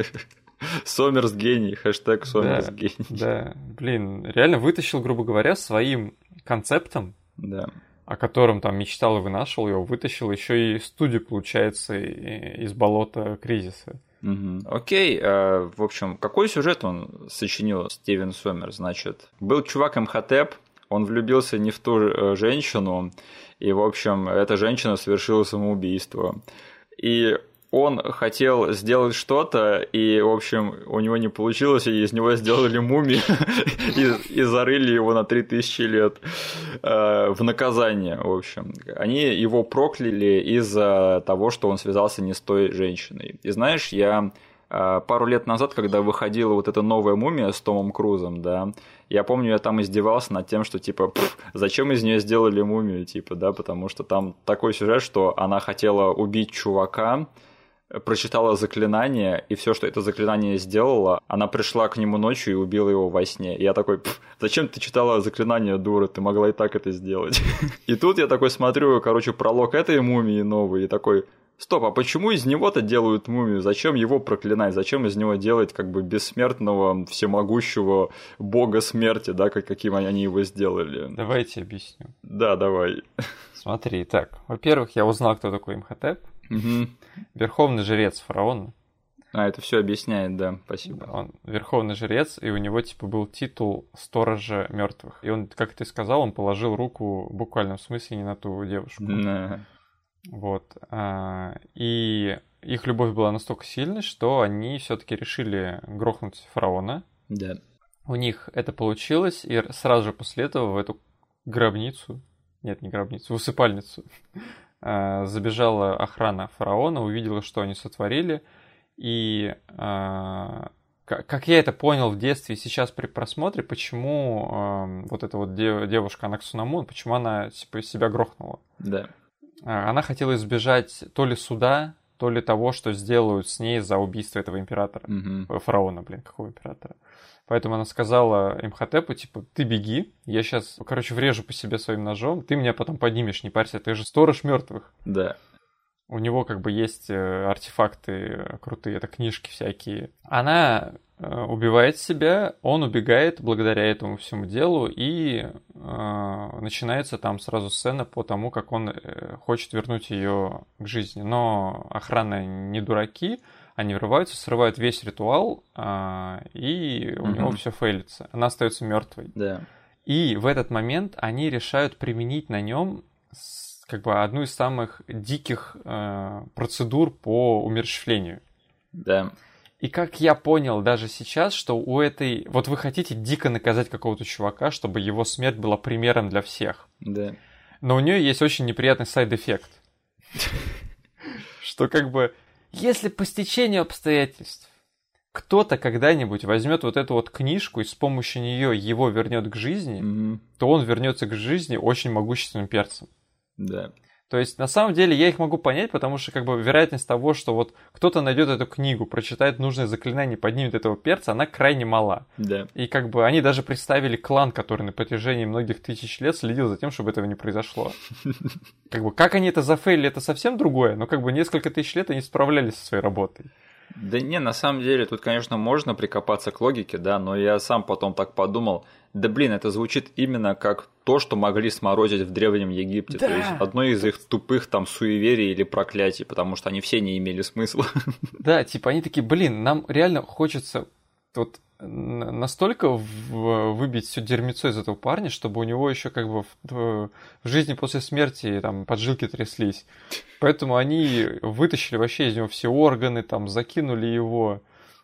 Сомерс гений, хэштег Сомерс гений. Да, реально вытащил, грубо говоря, своим концептом, да, о котором там мечтал и вынашивал его, вытащил еще и студию, получается, из болота кризиса. Окей, в общем, какой сюжет он сочинил, Стивен Сомерс? Значит, был чувак Имхотеп, он влюбился не в ту женщину, и, в общем, эта женщина совершила самоубийство. И он хотел сделать что-то, и, в общем, у него не получилось, и из него сделали мумию и зарыли его на 3000 лет в наказание, в общем. Они его прокляли из-за того, что он связался не с той женщиной. И знаешь, я пару лет назад, когда выходила вот эта новая мумия с Томом Крузом, да, я помню, я там издевался над тем, что, типа, зачем из нее сделали мумию, типа, да, потому что там такой сюжет, что она хотела убить чувака, прочитала заклинание, и все, что это заклинание сделало, она пришла к нему ночью и убила его во сне. И я такой, зачем ты читала заклинание, дура, ты могла и так это сделать. И тут я такой смотрю, пролог этой мумии новый, и такой, стоп, а почему из него-то делают мумию? Зачем его проклинать? Зачем из него делать бессмертного, всемогущего бога смерти, да, каким они его сделали? Давайте объясню. Да, давай. Смотри, так, во-первых, я узнал, кто такой Имхотеп. Верховный жрец фараона. Это все объясняет, да, спасибо. Он верховный жрец, и у него был титул сторожа мертвых. И он, как ты сказал, он положил руку в буквальном смысле не на ту девушку. Вот. И их любовь была настолько сильной, что они все-таки решили грохнуть фараона. Да. У них это получилось, и сразу же после этого в эту гробницу, нет, не гробницу, в усыпальницу, забежала охрана фараона, увидела, что они сотворили, и как я это понял в детстве и сейчас при просмотре, почему вот эта вот девушка Анаксунамун, почему она себя грохнула. Да. Она хотела избежать то ли суда, то ли того, что сделают с ней за убийство этого императора. Фараона, какого императора. Поэтому она сказала Имхотепу, ты беги, я сейчас, врежу по себе своим ножом, ты меня потом поднимешь, не парься, ты же сторож мертвых. Да. У него есть артефакты крутые, это книжки всякие. Она убивает себя, он убегает благодаря этому всему делу, и начинается там сразу сцена по тому, как он хочет вернуть ее к жизни. Но охрана не дураки, они врываются, срывают весь ритуал, и у него все фейлится. Она остается мертвой. Да. И в этот момент они решают применить на нем одну из самых диких процедур по умерщвлению. Да. И как я понял даже сейчас, что у этой... Вот вы хотите дико наказать какого-то чувака, чтобы его смерть была примером для всех. Да. Но у нее есть очень неприятный сайд-эффект. Что если по стечению обстоятельств кто-то когда-нибудь возьмет вот эту вот книжку и с помощью нее его вернет к жизни, то он вернется к жизни очень могущественным перцем. Да. То есть, на самом деле, я их могу понять, потому что, вероятность того, что вот кто-то найдет эту книгу, прочитает нужное заклинание, поднимет этого перца, она крайне мала. Да. И они даже представили клан, который на протяжении многих тысяч лет следил за тем, чтобы этого не произошло. Как они это зафейлили, это совсем другое, но несколько тысяч лет они справлялись со своей работой. Да не, на самом деле, тут, конечно, можно прикопаться к логике, да, но я сам потом так подумал, это звучит именно как то, что могли сморозить в Древнем Египте, да. То есть одно из их тупых суеверий или проклятий, потому что они все не имели смысла. Да, они такие, нам реально хочется настолько выбить все дерьмецо из этого парня, чтобы у него еще как бы в жизни после смерти там поджилки тряслись. Поэтому они вытащили вообще из него все органы, там закинули его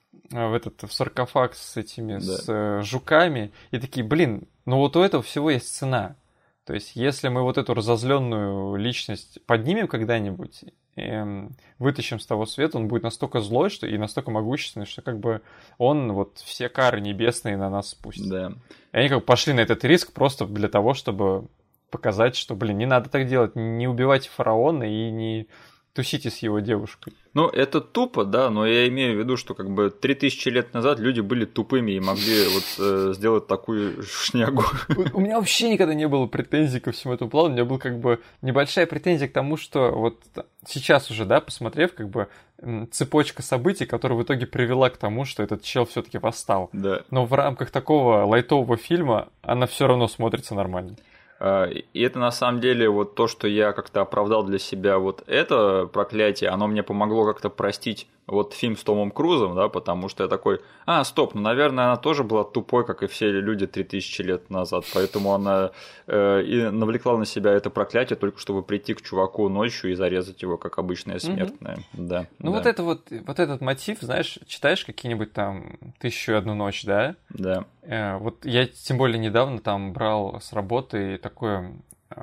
в саркофаг с этими, с жуками, и такие, блин, ну вот у этого всего есть цена. То есть, если мы вот эту разозленную личность поднимем когда-нибудь, вытащим с того света, он будет настолько злой, что и настолько могущественный, что как бы он вот все кары небесные на нас спустит. Да. И они как бы пошли на этот риск просто для того, чтобы показать, что, блин, не надо так делать, не убивайте фараона и не тусите с его девушкой. Ну, это тупо, да, но я имею в виду, что как бы 3000 лет назад люди были тупыми и могли вот сделать такую шнягу. У меня вообще никогда не было претензий ко всему этому плану, у меня была как бы небольшая претензия к тому, что вот сейчас уже, да, посмотрев, как бы цепочка событий, которая в итоге привела к тому, что этот чел все-таки восстал. Да. Но в рамках такого лайтового фильма она все равно смотрится нормально. И это на самом деле вот то, что я как-то оправдал для себя вот это проклятие, оно мне помогло как-то простить вот фильм с Томом Крузом, да, потому что я такой, стоп, ну, наверное, она тоже была тупой, как и все люди 3000 лет назад, поэтому она и навлекла на себя это проклятие только чтобы прийти к чуваку ночью и зарезать его, как обычная смертная, да. Ну, да. вот этот мотив, знаешь, читаешь какие-нибудь там «1001 ночь», да? Да. Вот я тем более недавно там брал с работы такое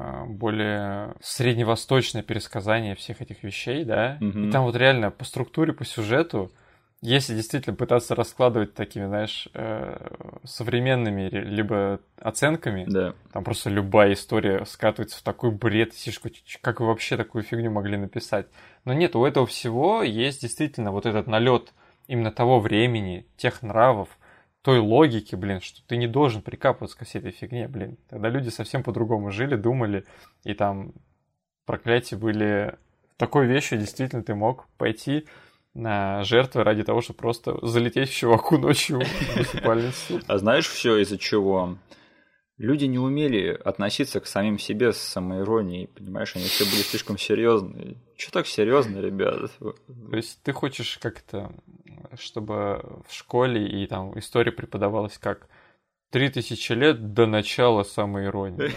более средневосточное пересказание всех этих вещей, да, и там вот реально по структуре, по сюжету, если действительно пытаться раскладывать такими, знаешь, современными либо оценками, да. Там просто любая история скатывается в такой бред, как вы вообще такую фигню могли написать. Но нет, у этого всего есть действительно вот этот налет именно того времени, тех нравов, той логики, блин, что ты не должен прикапываться ко всей этой фигне, блин. Тогда люди совсем по-другому жили, думали, и там проклятия были такой вещью, действительно, ты мог пойти на жертвы ради того, чтобы просто залететь в чуваку ночью в высыпальницу. А знаешь, все из-за чего? Люди не умели относиться к самим себе с самоиронией, понимаешь? Они все были слишком серьезные. Че так серьезно, ребята? То есть ты хочешь как-то, чтобы в школе и там история преподавалась как 3000 лет до начала самоиронии.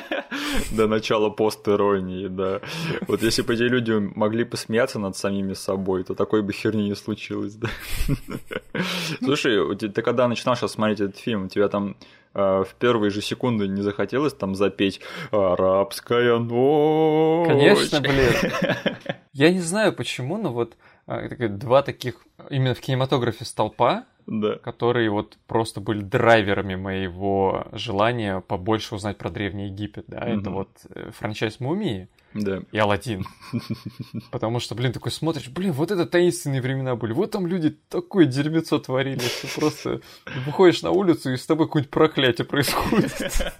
До начала постиронии, да. Вот если бы эти люди могли посмеяться над самими собой, то такой бы херни не случилось, да. Слушай, ты когда начинал сейчас смотреть этот фильм, у тебя там в первые же секунды не захотелось там запеть «Арабская ночь»? Конечно, блин. Я не знаю почему, но вот два таких именно в кинематографе столпа, да. которые вот просто были драйверами моего желания побольше узнать про Древний Египет, да, это вот франчайз «Мумии», да. И «Аладдин». Потому что, блин, такой смотришь, блин, вот это таинственные времена были, вот там люди такое дерьмецо творили, что просто выходишь на улицу и с тобой какое-нибудь проклятие происходит.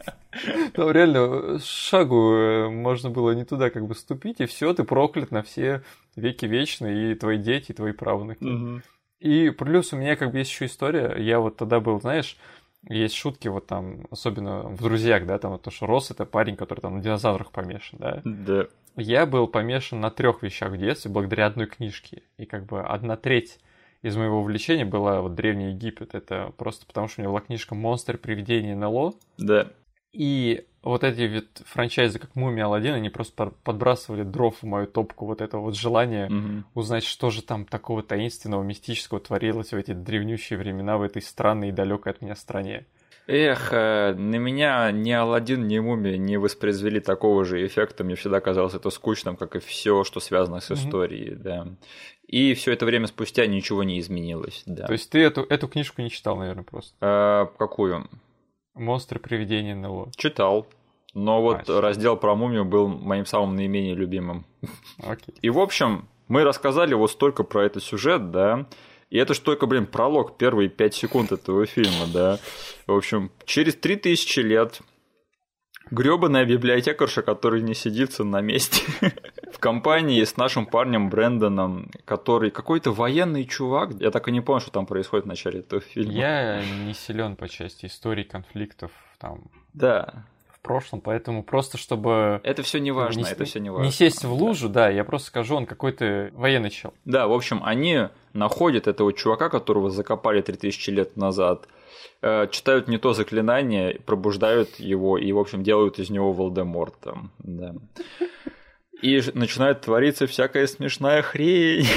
Там реально шагу можно было не туда как бы ступить, и все, ты проклят на все веки вечные, и твои дети, и твои правнуки. И плюс у меня как бы есть еще история, я вот тогда был, знаешь, есть шутки вот там, особенно в «Друзьях», да, там вот то, что Росс — это парень, который там на динозаврах помешан, да. Да. Я был помешан на 3 вещах в детстве благодаря одной книжке, и как бы 1/3 из моего увлечения была вот Древний Египет, это просто потому, что у меня была книжка «Монстр, привидение, НЛО». Да. И вот эти вот франчайзы, как «Мумия», «Аладдин», они просто подбрасывали дров в мою топку вот этого вот желания узнать, что же там такого таинственного, мистического творилось в эти древнющие времена в этой странной и далекой от меня стране. Эх, на меня ни «Аладдин», ни «Мумия» не воспроизвели такого же эффекта. Мне всегда казалось это скучным, как и все, что связано с историей, да. И все это время спустя ничего не изменилось, да. То есть ты эту книжку не читал, наверное, просто? Какую? «Монстры, привидения, НЛО». Читал. Но вот раздел про мумию был моим самым наименее любимым. Окей. И, в общем, мы рассказали вот столько про этот сюжет, да, и это ж только, блин, пролог, первые 5 секунд этого фильма, да. В общем, через 3000 лет грёбаная библиотекарша, которая не сидится на месте, в компании с нашим парнем Брэндоном, который какой-то военный чувак, я так и не понял, что там происходит в начале этого фильма. Я не силен по части истории, конфликтов, там... Да. прошлом, поэтому просто чтобы... Это все не важно, это все не важно. Не сесть в лужу, да, я просто скажу, он какой-то военный чел. Да, в общем, они находят этого чувака, которого закопали 3000 лет назад, читают не то заклинание, пробуждают его и, в общем, делают из него Волдеморта. Да. И начинает твориться всякая смешная хрень.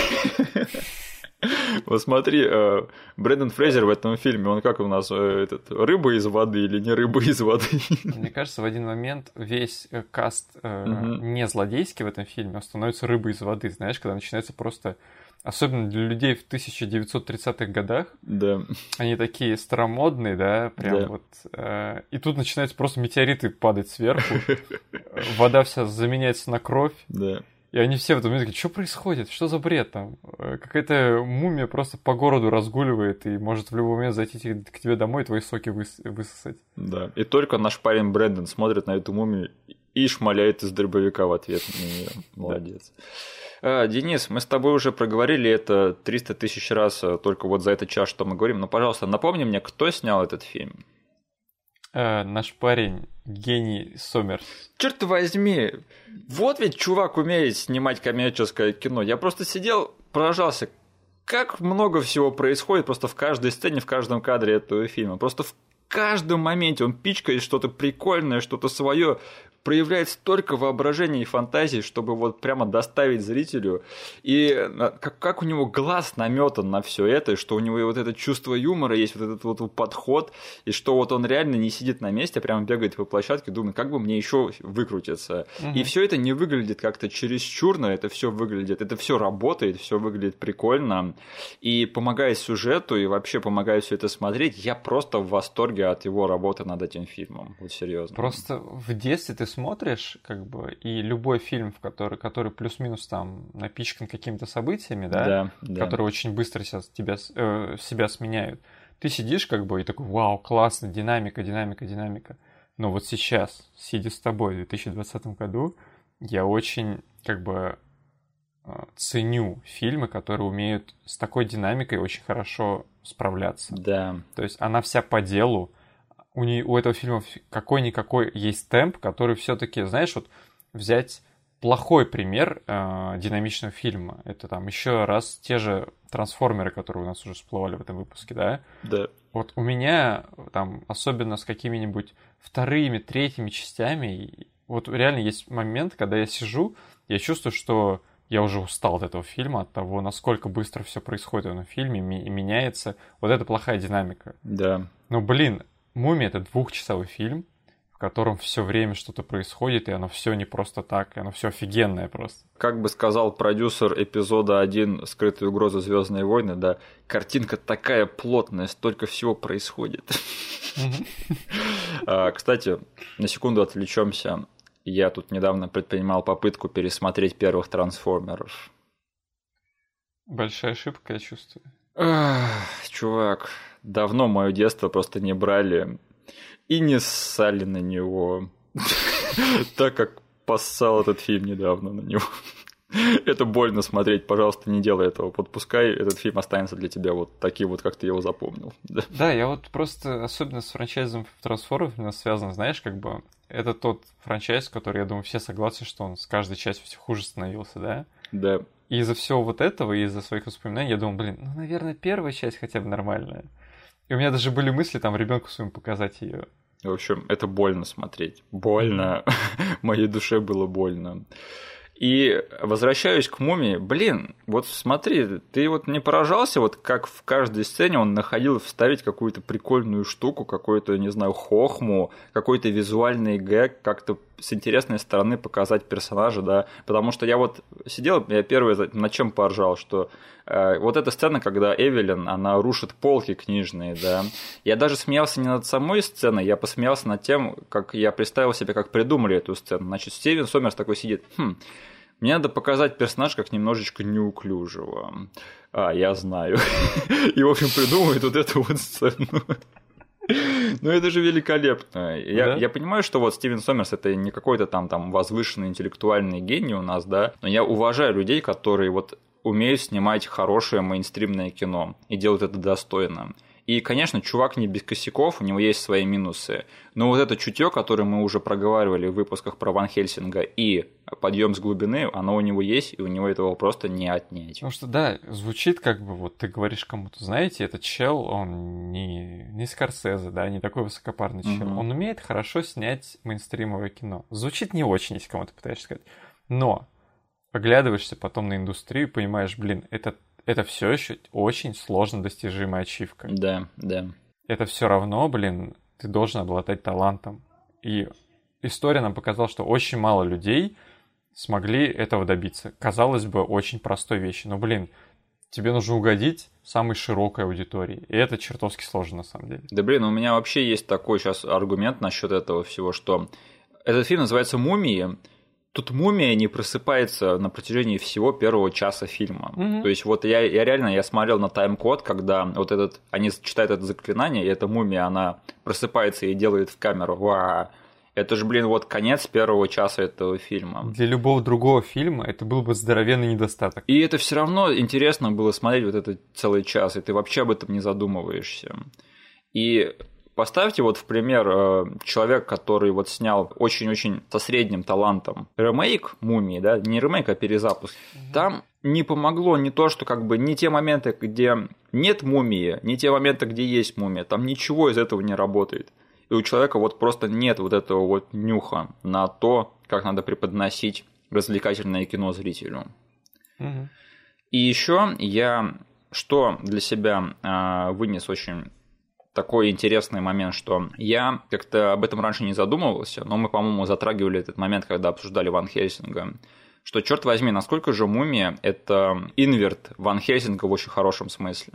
Вот смотри, Брендан Фрейзер в этом фильме, он как у нас, рыба из воды или не рыба из воды? Мне кажется, в один момент весь каст не злодейский в этом фильме, он становится рыбой из воды, знаешь, когда начинается просто... Особенно для людей в 1930-х годах. Да. Они такие старомодные, да, прям да. вот. И тут начинаются просто метеориты падать сверху. Вода вся заменяется на кровь. Да. И они все в этом моменте говорят, что происходит? Что за бред там? Какая-то мумия просто по городу разгуливает и может в любой момент зайти к тебе домой и твои соки высосать. Да. И только наш парень Брэндон смотрит на эту мумию и шмаляет из дробовика в ответ на нее. Молодец. Денис, мы с тобой уже проговорили это 300 тысяч раз только вот за этот час, что мы говорим. Но, пожалуйста, напомни мне, кто снял этот фильм? Наш парень, гений Сомерс. Черт возьми, вот ведь чувак умеет снимать коммерческое кино. Я просто сидел, поражался, как много всего происходит просто в каждой сцене, в каждом кадре этого фильма. Просто в каждом моменте он пичкает что-то прикольное, что-то свое, проявляет столько воображения и фантазии, чтобы вот прямо доставить зрителю. И как у него глаз наметан на все это, и что у него вот это чувство юмора есть, вот этот вот подход, и что вот он реально не сидит на месте, а прямо бегает по площадке, думает, как бы мне еще выкрутиться. И все это не выглядит как-то чересчурно, это все выглядит, это все работает, все выглядит прикольно, и помогает сюжету, и вообще помогает все это смотреть. Я просто в восторге от его работы над этим фильмом, вот серьезно. Просто в детстве ты смотришь, как бы, и любой фильм, который плюс-минус там напичкан какими-то событиями, да, которые очень быстро себя сменяют, ты сидишь, как бы, и такой, вау, классно, динамика. Но вот сейчас, сидя с тобой в 2020 году, я очень, как бы, ценю фильмы, которые умеют с такой динамикой очень хорошо справляться. Да. То есть она вся по делу. У этого фильма какой-никакой есть темп, который все-таки, знаешь, вот взять плохой пример динамичного фильма. Это там еще раз те же трансформеры, которые у нас уже всплывали в этом выпуске, да? Да. Вот у меня там, особенно с какими-нибудь вторыми, третьими частями, вот реально есть момент, когда я сижу, я чувствую, что я уже устал от этого фильма, от того, насколько быстро все происходит в этом фильме, и меняется. Вот это плохая динамика. Да. Но, блин, «Мумия» — это 2-часовой фильм, в котором все время что-то происходит, и оно все не просто так, и оно все офигенное просто. Как бы сказал продюсер эпизода 1 «Скрытая угроза. Звездные войны», да, картинка такая плотная, столько всего происходит. Кстати, на секунду отвлечемся. Я тут недавно предпринимал попытку пересмотреть первых «Трансформеров». Большая ошибка, я чувствую. Чувак, давно мое детство просто не брали и не ссали на него, так как поссал этот фильм недавно на него. Это больно смотреть, пожалуйста, не делай этого. Вот пускай этот фильм останется для тебя вот таким вот, как ты его запомнил. Да, я вот просто, особенно с франчайзом Трансформеров связан, знаешь, как бы, это тот франчайз, который, я думаю, все согласны, что он с каждой частью все хуже становился, да? Да. И из-за всего вот этого, и из-за своих воспоминаний, я думал, блин, ну, наверное, первая часть хотя бы нормальная. И у меня даже были мысли там ребенку своему показать ее. В общем, это больно смотреть. Больно. Моей душе было больно. И возвращаюсь к «Мумии». Блин, вот смотри, ты вот не поражался, вот как в каждой сцене он находил вставить какую-то прикольную штуку, какую-то, не знаю, хохму, какой-то визуальный гэг, как-то с интересной стороны показать персонажа, да, потому что я вот сидел, я первый над чем поржал, что вот эта сцена, когда Эвелин, она рушит полки книжные, да, я даже смеялся не над самой сценой, я посмеялся над тем, как я представил себе, как придумали эту сцену. Значит, Стивен Сомерс такой сидит, мне надо показать персонажа как немножечко неуклюжего. Я знаю. И, в общем, придумывает вот эту вот сцену. Ну, это же великолепно. Я понимаю, что вот Стивен Сомерс — это не какой-то там возвышенный интеллектуальный гений у нас, да, но я уважаю людей, которые вот умеют снимать хорошее мейнстримное кино и делают это достойно. И, конечно, чувак не без косяков, у него есть свои минусы. Но вот это чутье, которое мы уже проговаривали в выпусках про Ван Хельсинга, и подъем с глубины, оно у него есть, и у него этого просто не отнять. Потому что, да, звучит как бы, вот ты говоришь кому-то, знаете, этот чел, он не Скорсезе, да, не такой высокопарный чел. Он умеет хорошо снять мейнстримовое кино. Звучит не очень, если кому-то пытаешься сказать. Но оглядываешься потом на индустрию и понимаешь, блин, это все еще очень сложно достижимая ачивка. Да, да. Это все равно, блин, ты должен обладать талантом. И история нам показала, что очень мало людей смогли этого добиться. Казалось бы, очень простой вещи. Но, блин, тебе нужно угодить самой широкой аудитории. И это чертовски сложно, на самом деле. Да, блин, у меня вообще есть такой сейчас аргумент насчет этого всего, что этот фильм называется «Мумии». Тут мумия не просыпается на протяжении всего первого часа фильма. То есть вот я реально смотрел на тайм-код, когда вот они читают это заклинание, и эта мумия, она просыпается и делает в камеру. Ва! Это же, блин, вот конец первого часа этого фильма. Для любого другого фильма это был бы здоровенный недостаток. И это все равно интересно было смотреть вот этот целый час, и ты вообще об этом не задумываешься. И поставьте вот в пример человек, который вот снял очень-очень со средним талантом ремейк «Мумии», да, не ремейк, а перезапуск. Там не помогло не то, что как бы не те моменты, где нет мумии, не те моменты, где есть мумия, там ничего из этого не работает. И у человека вот просто нет вот этого вот нюха на то, как надо преподносить развлекательное кино зрителю. И еще я что для себя вынес очень такой интересный момент, что я как-то об этом раньше не задумывался, но мы, по-моему, затрагивали этот момент, когда обсуждали Ван Хельсинга, что, черт возьми, насколько же «Мумия» — это инверт Ван Хельсинга в очень хорошем смысле.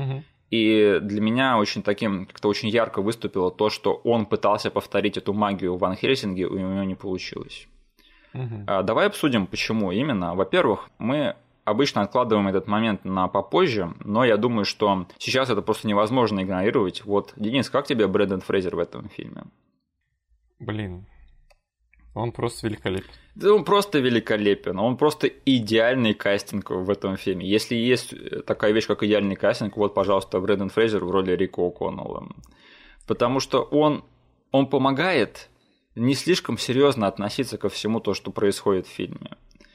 И для меня очень таким, как-то очень ярко выступило то, что он пытался повторить эту магию в Ван Хельсинге, и у него не получилось. Давай обсудим, почему именно. Во-первых, мы обычно откладываем этот момент на попозже, но я думаю, что сейчас это просто невозможно игнорировать. Вот, Денис, как тебе Брендан Фрейзер в этом фильме? Блин, он просто великолепен. Да он просто великолепен, он просто идеальный кастинг в этом фильме. Если есть такая вещь, как идеальный кастинг, вот, пожалуйста, Брендан Фрейзер в роли Рика О'Коннелла. Потому что он помогает не слишком серьезно относиться ко всему то, что происходит в фильме.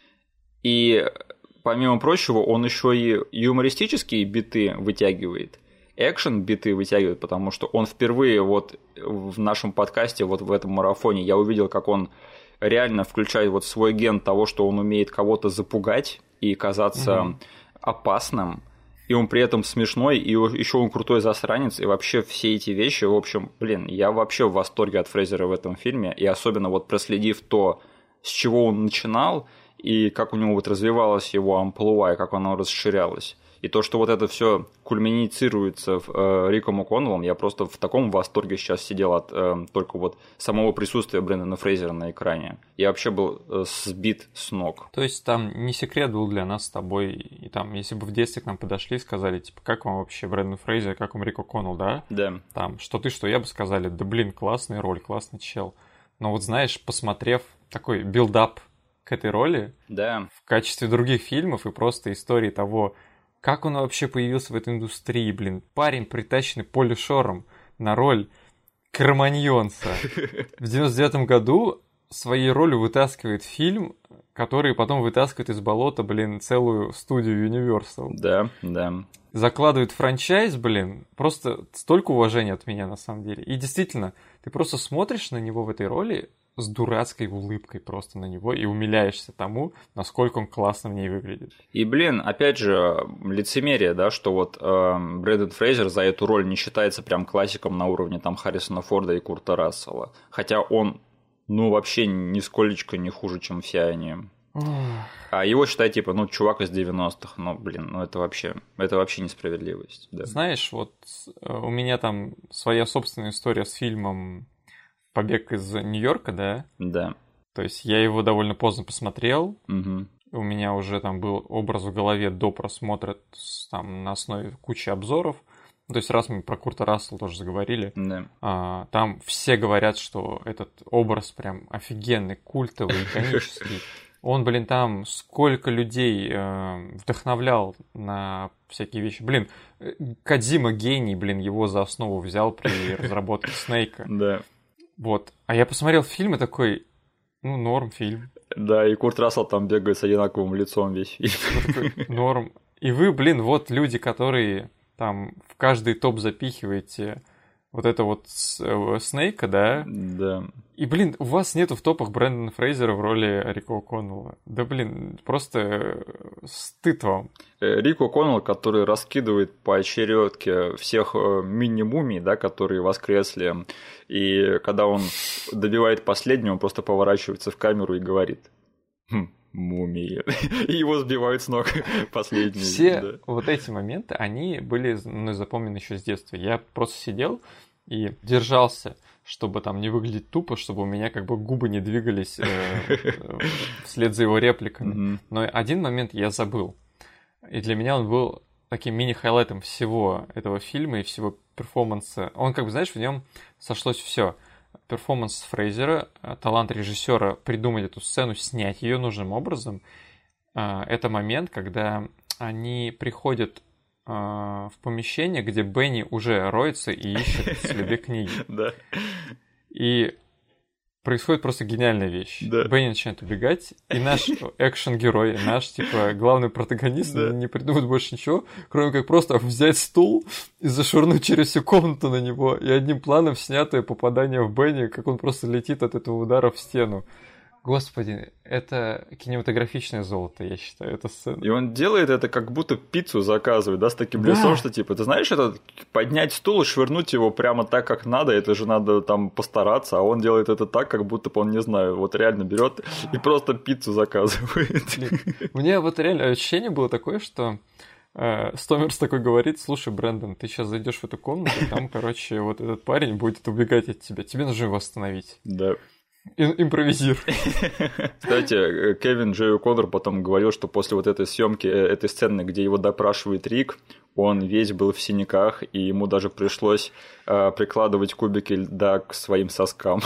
И помимо прочего, он еще и юмористические биты вытягивает, экшен-биты вытягивает, потому что он впервые вот в нашем подкасте, вот в этом марафоне, я увидел, как он реально включает вот свой ген того, что он умеет кого-то запугать и казаться опасным, и он при этом смешной, и еще он крутой засранец, и вообще все эти вещи, в общем, блин, я вообще в восторге от Фрейзера в этом фильме, и особенно вот проследив то, с чего он начинал, и как у него вот развивалось его амплуа, и как оно расширялось. И то, что вот это все кульминицируется Риком О'Коннеллом, я просто в таком восторге сейчас сидел от только вот самого присутствия Брендана Фрейзера на экране. Я вообще был сбит с ног. То есть там не секрет был для нас с тобой, и там, если бы в детстве к нам подошли и сказали, типа, как вам вообще Брендан Фрейзер, как вам Рик О'Коннелл, да? Да. Там, что ты, что я бы сказали, да блин, классная роль, классный чел. Но вот знаешь, посмотрев такой билдап к этой роли, да, в качестве других фильмов и просто истории того, как он вообще появился в этой индустрии, блин. Парень, притащенный Полли Шором на роль Кроманьонса. В 99-м году своей ролью вытаскивает фильм, который потом вытаскивает из болота, блин, целую студию Universal. Да, да. Закладывает франчайз, блин, просто столько уважения от меня, на самом деле. И действительно, ты просто смотришь на него в этой роли с дурацкой улыбкой просто на него и умиляешься тому, насколько он классно в ней выглядит. И, блин, опять же, лицемерие, да, что вот Брендан Фрейзер за эту роль не считается прям классиком на уровне там Харрисона Форда и Курта Рассела. Хотя он, ну, вообще нисколечко не хуже, чем все они. А его считают, типа, ну, чувак из 90-х. Ну, блин, ну это вообще несправедливость. Да. Знаешь, вот у меня там своя собственная история с фильмом «Побег из Нью-Йорка», да? Да. То есть я его довольно поздно посмотрел. Угу. У меня уже там был образ в голове до просмотра там, на основе кучи обзоров. То есть раз мы про Курта Рассела тоже заговорили, да. Там все говорят, что этот образ прям офигенный, культовый, иконический. Он, блин, там сколько людей вдохновлял на всякие вещи. Блин, Кодзима гений, блин, его за основу взял при разработке Снейка. Да. Вот. А я посмотрел фильм и такой, ну, норм фильм. Да, и Курт Рассел там бегает с одинаковым лицом весь фильм. Такой, норм. И вы, блин, вот люди, которые там в каждый топ запихиваете вот это вот Снейка, да? Да. И, блин, у вас нету в топах Брэндона Фрейзера в роли Рика О'Коннелла. Да, блин, просто стыд вам. Рик О'Коннелл, который раскидывает по очередке всех мини-мумий, да, которые воскресли, и когда он добивает последнего, он просто поворачивается в камеру и говорит: мумии. И его сбивают с ног последние. Все вот эти моменты, они были запомнены еще с детства. Я просто сидел и держался, чтобы там не выглядеть тупо, чтобы у меня как бы губы не двигались вслед за его репликами. Но один момент я забыл. И для меня он был таким мини-хайлайтом всего этого фильма и всего перформанса. Он, как бы, знаешь, в нем сошлось все. Перформанс Фрейзера, талант режиссера придумать эту сцену, снять ее нужным образом. Это момент, когда они приходят в помещение, где Бенни уже роется и ищет следы книги. Да. И происходит просто гениальная вещь. Да. Бенни начинает убегать, и наш экшен-герой, наш, типа, главный протагонист не придумает больше ничего, кроме как просто взять стул и зашвырнуть через всю комнату на него, и одним планом снятое попадание в Бенни, как он просто летит от этого удара в стену. Господи, это кинематографичное золото, я считаю, эта сцена. И он делает это, как будто пиццу заказывает, да, с таким лицом, что типа, ты знаешь, это поднять стул и швырнуть его прямо так, как надо, это же надо там постараться, а он делает это так, как будто бы он, не знаю, вот реально берет и просто пиццу заказывает. У меня вот реально ощущение было такое, что Стомерс такой говорит: слушай, Брэндон, ты сейчас зайдешь в эту комнату, и там, короче, вот этот парень будет убегать от тебя, тебе нужно его остановить. Да. Импровизируй. Кстати, Кевин Джей О'Коннор потом говорил, что после вот этой съемки, этой сцены, где его допрашивает Рик, он весь был в синяках, и ему даже пришлось прикладывать кубики льда к своим соскам.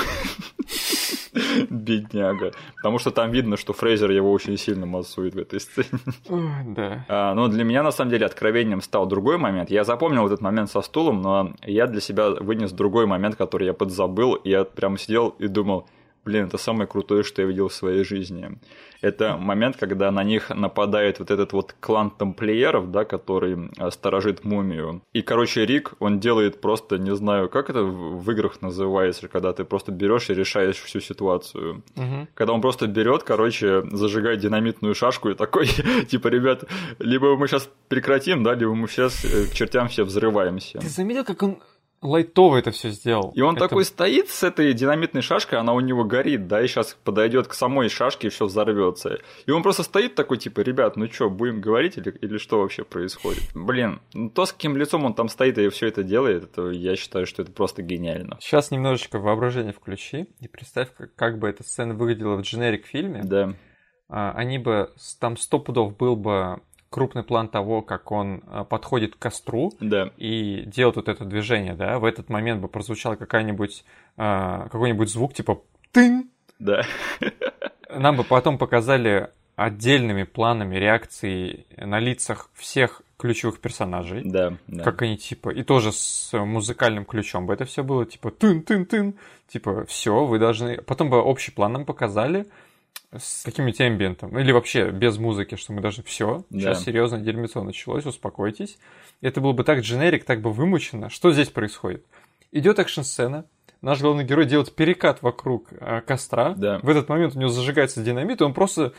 Бедняга. Потому что там видно, что Фрейзер его очень сильно массует в этой сцене. Да. Но для меня, на самом деле, откровением стал другой момент. Я запомнил этот момент со стулом, но я для себя вынес другой момент, который я подзабыл, и я прямо сидел и думал: блин, это самое крутое, что я видел в своей жизни. Это момент, когда на них нападает вот этот вот клан тамплиеров, да, который сторожит мумию. И, короче, Рик, он делает просто, не знаю, как это в играх называется, когда ты просто берешь и решаешь всю ситуацию. Когда он просто берет, короче, зажигает динамитную шашку и такой, типа, ребят, либо мы сейчас прекратим, да, либо мы сейчас к чертям все взрываемся. Ты заметил, как он лайтово это все сделал? И он такой стоит с этой динамитной шашкой, она у него горит, да, и сейчас подойдет к самой шашке и все взорвется. И он просто стоит такой, типа, ребят, ну что, будем говорить или что вообще происходит? Блин, то, с каким лицом он там стоит и все это делает, это, я считаю, что это просто гениально. Сейчас немножечко воображение включи и представь, как бы эта сцена выглядела в дженерик-фильме. Да. Они бы, там 100 пудов был бы крупный план того, как он подходит к костру и делает вот это движение, да, в этот момент бы прозвучал какой-нибудь звук типа «тынь». Да. Нам бы потом показали отдельными планами реакции на лицах всех ключевых персонажей. Да. Как они типа, и тоже с музыкальным ключом бы это все было, типа «тын-тын-тын», типа «все, вы должны». Потом бы общий план нам показали с каким-нибудь эмбиентом, или вообще без музыки, что мы даже все, сейчас серьезное дерьмецо началось, успокойтесь. Это было бы так дженерик, так бы вымучено. Что здесь происходит? Идет экшн-сцена, наш главный герой делает перекат вокруг костра, в этот момент у него зажигается динамит, и он просто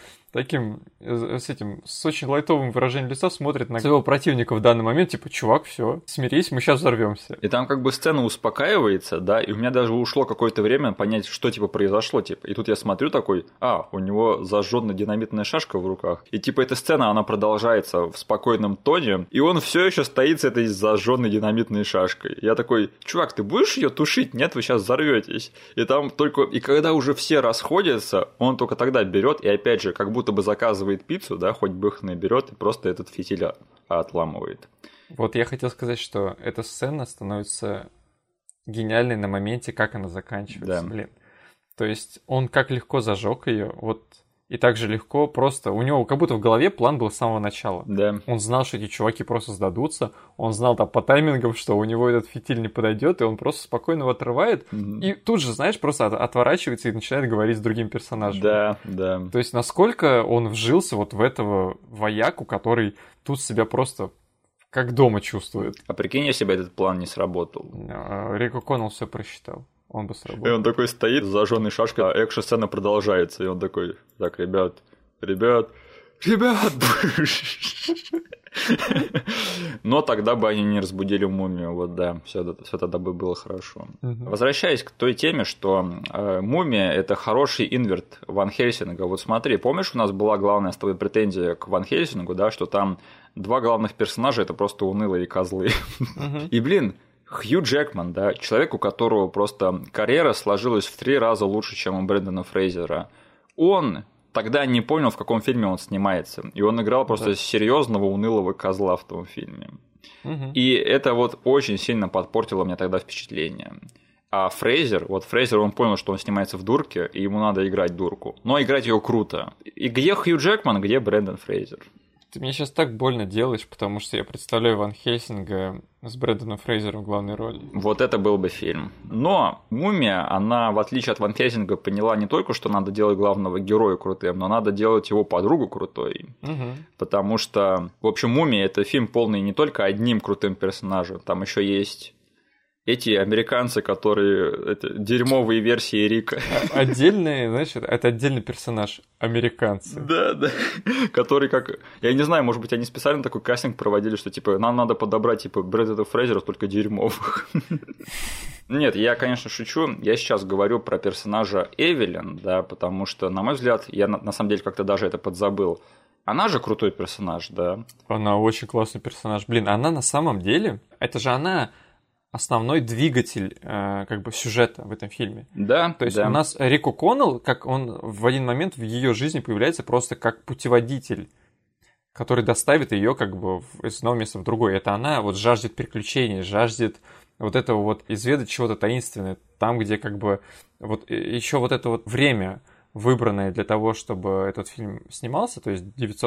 с очень лайтовым выражением лица смотрит на своего противника в данный момент, типа, чувак, все, смирись, мы сейчас взорвемся. И там как бы сцена успокаивается, да, и у меня даже ушло какое-то время понять, что типа произошло, типа. И тут я смотрю такой, у него зажженная динамитная шашка в руках. И типа эта сцена, она продолжается в спокойном тоне, и он все еще стоит с этой зажженной динамитной шашкой. Я такой, чувак, ты будешь ее тушить? Нет, вы сейчас взорветесь. И там только, и когда уже все расходятся, он только тогда берет и опять же, как будто бы заказывает пиццу, да, хоть бы их наберет и просто этот фитиль отламывает. Вот я хотел сказать, что эта сцена становится гениальной на моменте, как она заканчивается. Да. Блин. То есть он как легко зажег ее. Вот и так же легко просто... У него как будто в голове план был с самого начала. Да. Он знал, что эти чуваки просто сдадутся, он знал там по таймингам, что у него этот фитиль не подойдет, и он просто спокойно его отрывает, и тут же, знаешь, просто отворачивается и начинает говорить с другим персонажем. Да, да. То есть насколько он вжился вот в этого вояку, который тут себя просто как дома чувствует. А прикинь, если бы этот план не сработал. Рик О'Коннелл все просчитал. Он бы И сработал. он такой стоит с зажженной шашкой, а экшн-сцена продолжается. И он такой, так, ребят. Но тогда бы они не разбудили мумию. Вот да, все тогда бы было хорошо. Возвращаясь к той теме, что мумия – это хороший инверт Ван Хельсинга. Вот смотри, помнишь, у нас была главная с тобой претензия к Ван Хельсингу, да, что там два главных персонажа – это просто унылые козлы. И, блин, Хью Джекман, да, человек, у которого просто карьера сложилась в 3 раза лучше, чем у Брэндона Фрейзера. Он тогда не понял, в каком фильме он снимается. И он играл просто серьезного унылого козла в том фильме. И это вот очень сильно подпортило мне тогда впечатление. А Фрейзер, он понял, что он снимается в дурке, и ему надо играть дурку. Но играть ее круто. И где Хью Джекман, где Брэндон Фрейзер? Ты мне сейчас так больно делаешь, потому что я представляю Ван Хельсинга с Брэндоном Фрейзером в главной роли. Вот это был бы фильм. Но «Мумия», она, в отличие от Ван Хельсинга, поняла не только, что надо делать главного героя крутым, но надо делать его подругу крутой. Потому что, в общем, «Мумия» — это фильм, полный не только одним крутым персонажем, там еще есть... Эти американцы, которые... Это дерьмовые версии Рика. Отдельные, знаешь, это отдельный персонаж. Американцы. Да. Который как... Я не знаю, может быть, они специально такой кастинг проводили, что, типа, нам надо подобрать, типа, Брэндона Фрейзера, только дерьмовых. Нет, я, конечно, шучу. Я сейчас говорю про персонажа Эвелин, да, потому что, на мой взгляд, я на самом деле как-то даже это подзабыл. Она же крутой персонаж, да? Она очень классный персонаж. Блин, она на самом деле... Это же она... основной двигатель как бы сюжета в этом фильме. Да. То есть у нас Рик О'Коннелл, как он в один момент в ее жизни появляется просто как путеводитель, который доставит ее как бы из одного места в другое. Это она вот жаждет приключений, жаждет вот этого вот изведать чего-то таинственное. Там, где как бы вот еще вот это вот время, выбранное для того, чтобы этот фильм снимался, то есть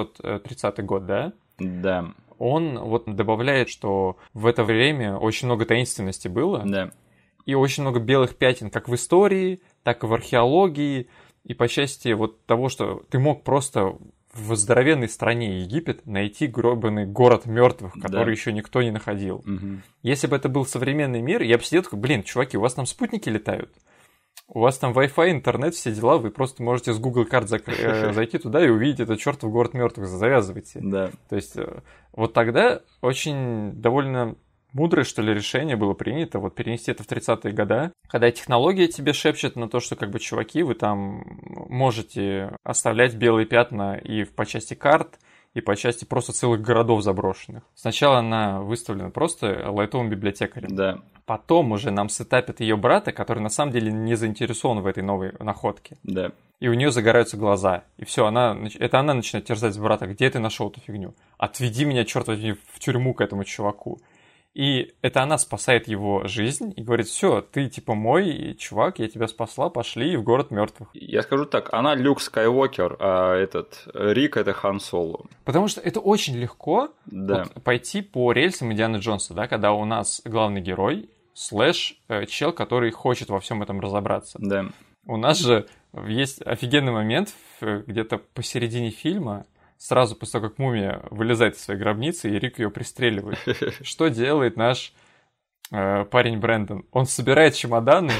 930 год, да? Да. Он вот добавляет, что в это время очень много таинственности было, да. И очень много белых пятен как в истории, так и в археологии, и по части вот того, что ты мог просто в здоровенной стране Египет найти гробаный город мертвых, который еще никто не находил. Если бы это был современный мир, я бы сидел такой, блин, чуваки, у вас там спутники летают? У вас там Wi-Fi, интернет, все дела, вы просто можете с Google карт зайти туда и увидеть этот чертов город мертвых, завязывайте. Да. То есть вот тогда очень довольно мудрое, что ли, решение было принято, вот перенести это в 30-е годы, когда технология тебе шепчет на то, что как бы, чуваки, вы там можете оставлять белые пятна и по части карт, и по части просто целых городов заброшенных. Сначала она выставлена просто лайтовым библиотекарем. Да. Потом уже нам сетапят ее брата, который на самом деле не заинтересован в этой новой находке. Да. И у нее загораются глаза. И все, она начинает терзать брата. Где ты нашел эту фигню? Отведи меня, черт возьми, в тюрьму к этому чуваку. И это она спасает его жизнь и говорит, все, ты типа мой чувак, я тебя спасла, пошли в город мертвых. Я скажу так, она Люк Скайуокер, а этот Рик это Хан Соло. Потому что это очень легко вот пойти по рельсам Индианы Джонса, да, когда у нас главный герой слэш чел, который хочет во всем этом разобраться. Да. У нас же есть офигенный момент где-то посередине фильма, сразу после того, как мумия вылезает из своей гробницы, и Рик ее пристреливает. Что делает наш парень Брэндон? Он собирает чемоданы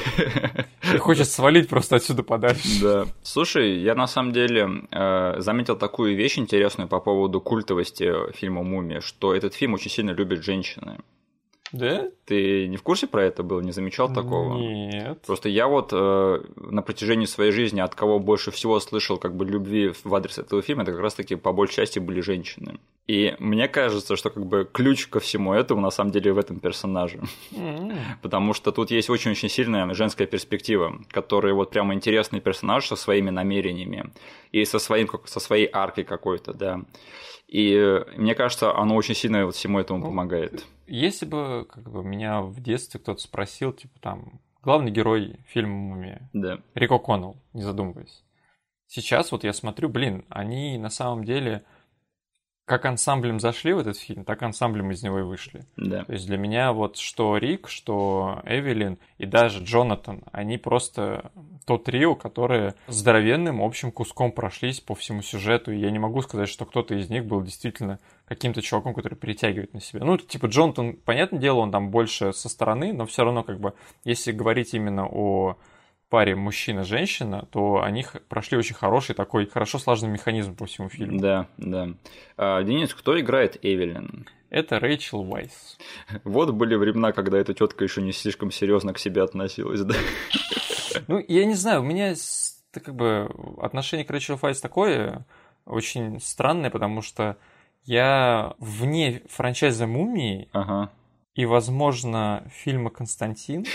и хочет свалить просто отсюда подальше. Да. Слушай, я на самом деле заметил такую вещь интересную по поводу культовости фильма «Мумия», что этот фильм очень сильно любят женщины. Да? Ты не в курсе про это был? Не замечал такого? Нет. Просто я вот на протяжении своей жизни от кого больше всего слышал как бы любви в адрес этого фильма, это как раз-таки по большей части были женщины. И мне кажется, что как бы ключ ко всему этому на самом деле в этом персонаже. Потому что тут есть очень-очень сильная женская перспектива, которая вот прямо интересный персонаж со своими намерениями и со своей аркой какой-то, да. И мне кажется, оно очень сильно вот всему этому помогает. Если бы как бы меня в детстве кто-то спросил, типа там, главный герой фильма «Мумия», да. Рик О'Коннелл, не задумываясь, сейчас вот я смотрю, блин, они на самом деле как ансамблем зашли в этот фильм, так ансамблем из него и вышли. Да. То есть для меня вот что Рик, что Эвелин и даже Джонатан, они просто то трио, которые здоровенным общим куском прошлись по всему сюжету. И я не могу сказать, что кто-то из них был действительно каким-то чуваком, который перетягивает на себя. Ну, типа Джонатан, понятное дело, он там больше со стороны, но все равно как бы, если говорить именно о паре мужчина-женщина, то они прошли очень хороший такой, хорошо слаженный механизм по всему фильму. Да, да. Денис, кто играет Эвелин? Это Рэйчел Уайс. Вот были времена, когда эта тетка еще не слишком серьезно к себе относилась, да? Ну, я не знаю, у меня как бы отношение к Рэйчел Уайс такое очень странное, потому что я вне франчайза «Мумии» и, возможно, фильма «Константин»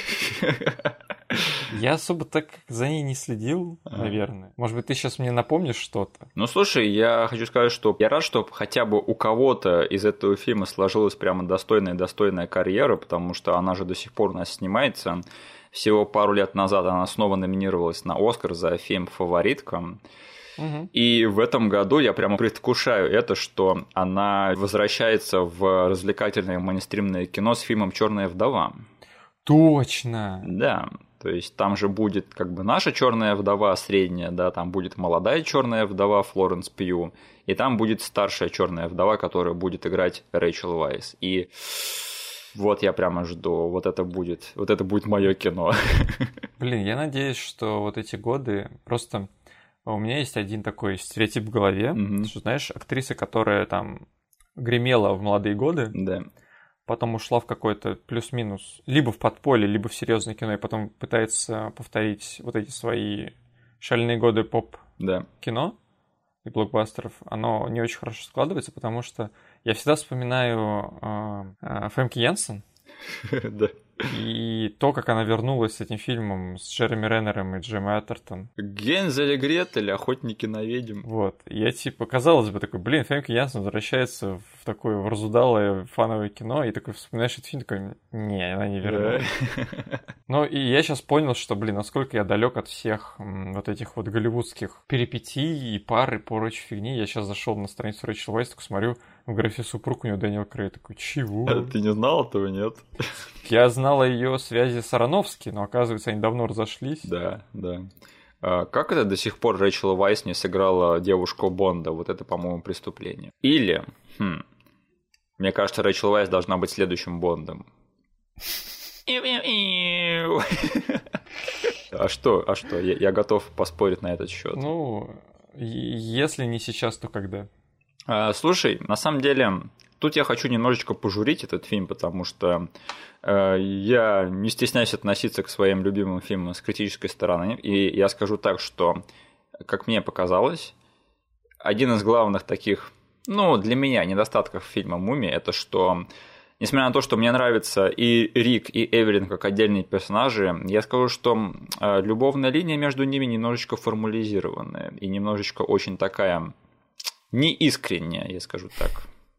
я особо так за ней не следил, наверное. Может быть, ты сейчас мне напомнишь что-то? Ну, слушай, я хочу сказать, что я рад, что хотя бы у кого-то из этого фильма сложилась прямо достойная карьера, потому что она же до сих пор у нас снимается. Всего пару лет назад она снова номинировалась на «Оскар» за фильм «Фаворитка». И в этом году я прямо предвкушаю это, что она возвращается в развлекательное мейнстримное кино с фильмом «Черная вдова». Точно! Да, то есть там же будет как бы наша черная вдова средняя, да, там будет молодая черная вдова Флоренс Пью, и там будет старшая черная вдова, которая будет играть Рэйчел Уайс. И вот я прямо жду, вот это будет мое кино. Блин, я надеюсь, что вот эти годы просто... У меня есть один такой стереотип в голове, что, знаешь, актриса, которая там гремела в молодые годы, да. Потом ушла в какой-то плюс-минус, либо в подполье, либо в серьезное кино, и потом пытается повторить вот эти свои шальные годы поп-кино и блокбастеров, оно не очень хорошо складывается, потому что я всегда вспоминаю Фэмке Янсен. Да. И то, как она вернулась с этим фильмом с Джереми Реннером и Джемой Атертон. Гензель и Гретель, охотники на ведьм. Вот. Я типа, казалось бы, такой, блин, Фэмке Янсен возвращается в такое разудалое фановое кино, и такой вспоминаешь этот фильм, такой, не, она не вернулась. Ну, и я сейчас понял, что, блин, насколько я далек от всех вот этих вот голливудских перипетий и пар и прочей фигни. Я сейчас зашел на страницу Рэйчел Уайс, такой смотрю, в графе супруг у него Дэниел Крейг. Такой, чего? А ты не знал этого, нет? Я знал о ее связи с Аронофски, но, оказывается, они давно разошлись. Да, да. Как это до сих пор Рэйчел Уайс не сыграла девушку Бонда? Вот это, по-моему, преступление. Или, мне кажется, Рэйчел Уайс должна быть следующим Бондом. А что? Я готов поспорить на этот счет. Ну, если не сейчас, то когда? Слушай, на самом деле, тут я хочу немножечко пожурить этот фильм, потому что я не стесняюсь относиться к своим любимым фильмам с критической стороны. И я скажу так, что, как мне показалось, один из главных таких, для меня недостатков фильма «Мумия» это что, несмотря на то, что мне нравятся и Рик, и Эвелин как отдельные персонажи, я скажу, что любовная линия между ними немножечко формализированная и немножечко очень такая неискренняя, я скажу так.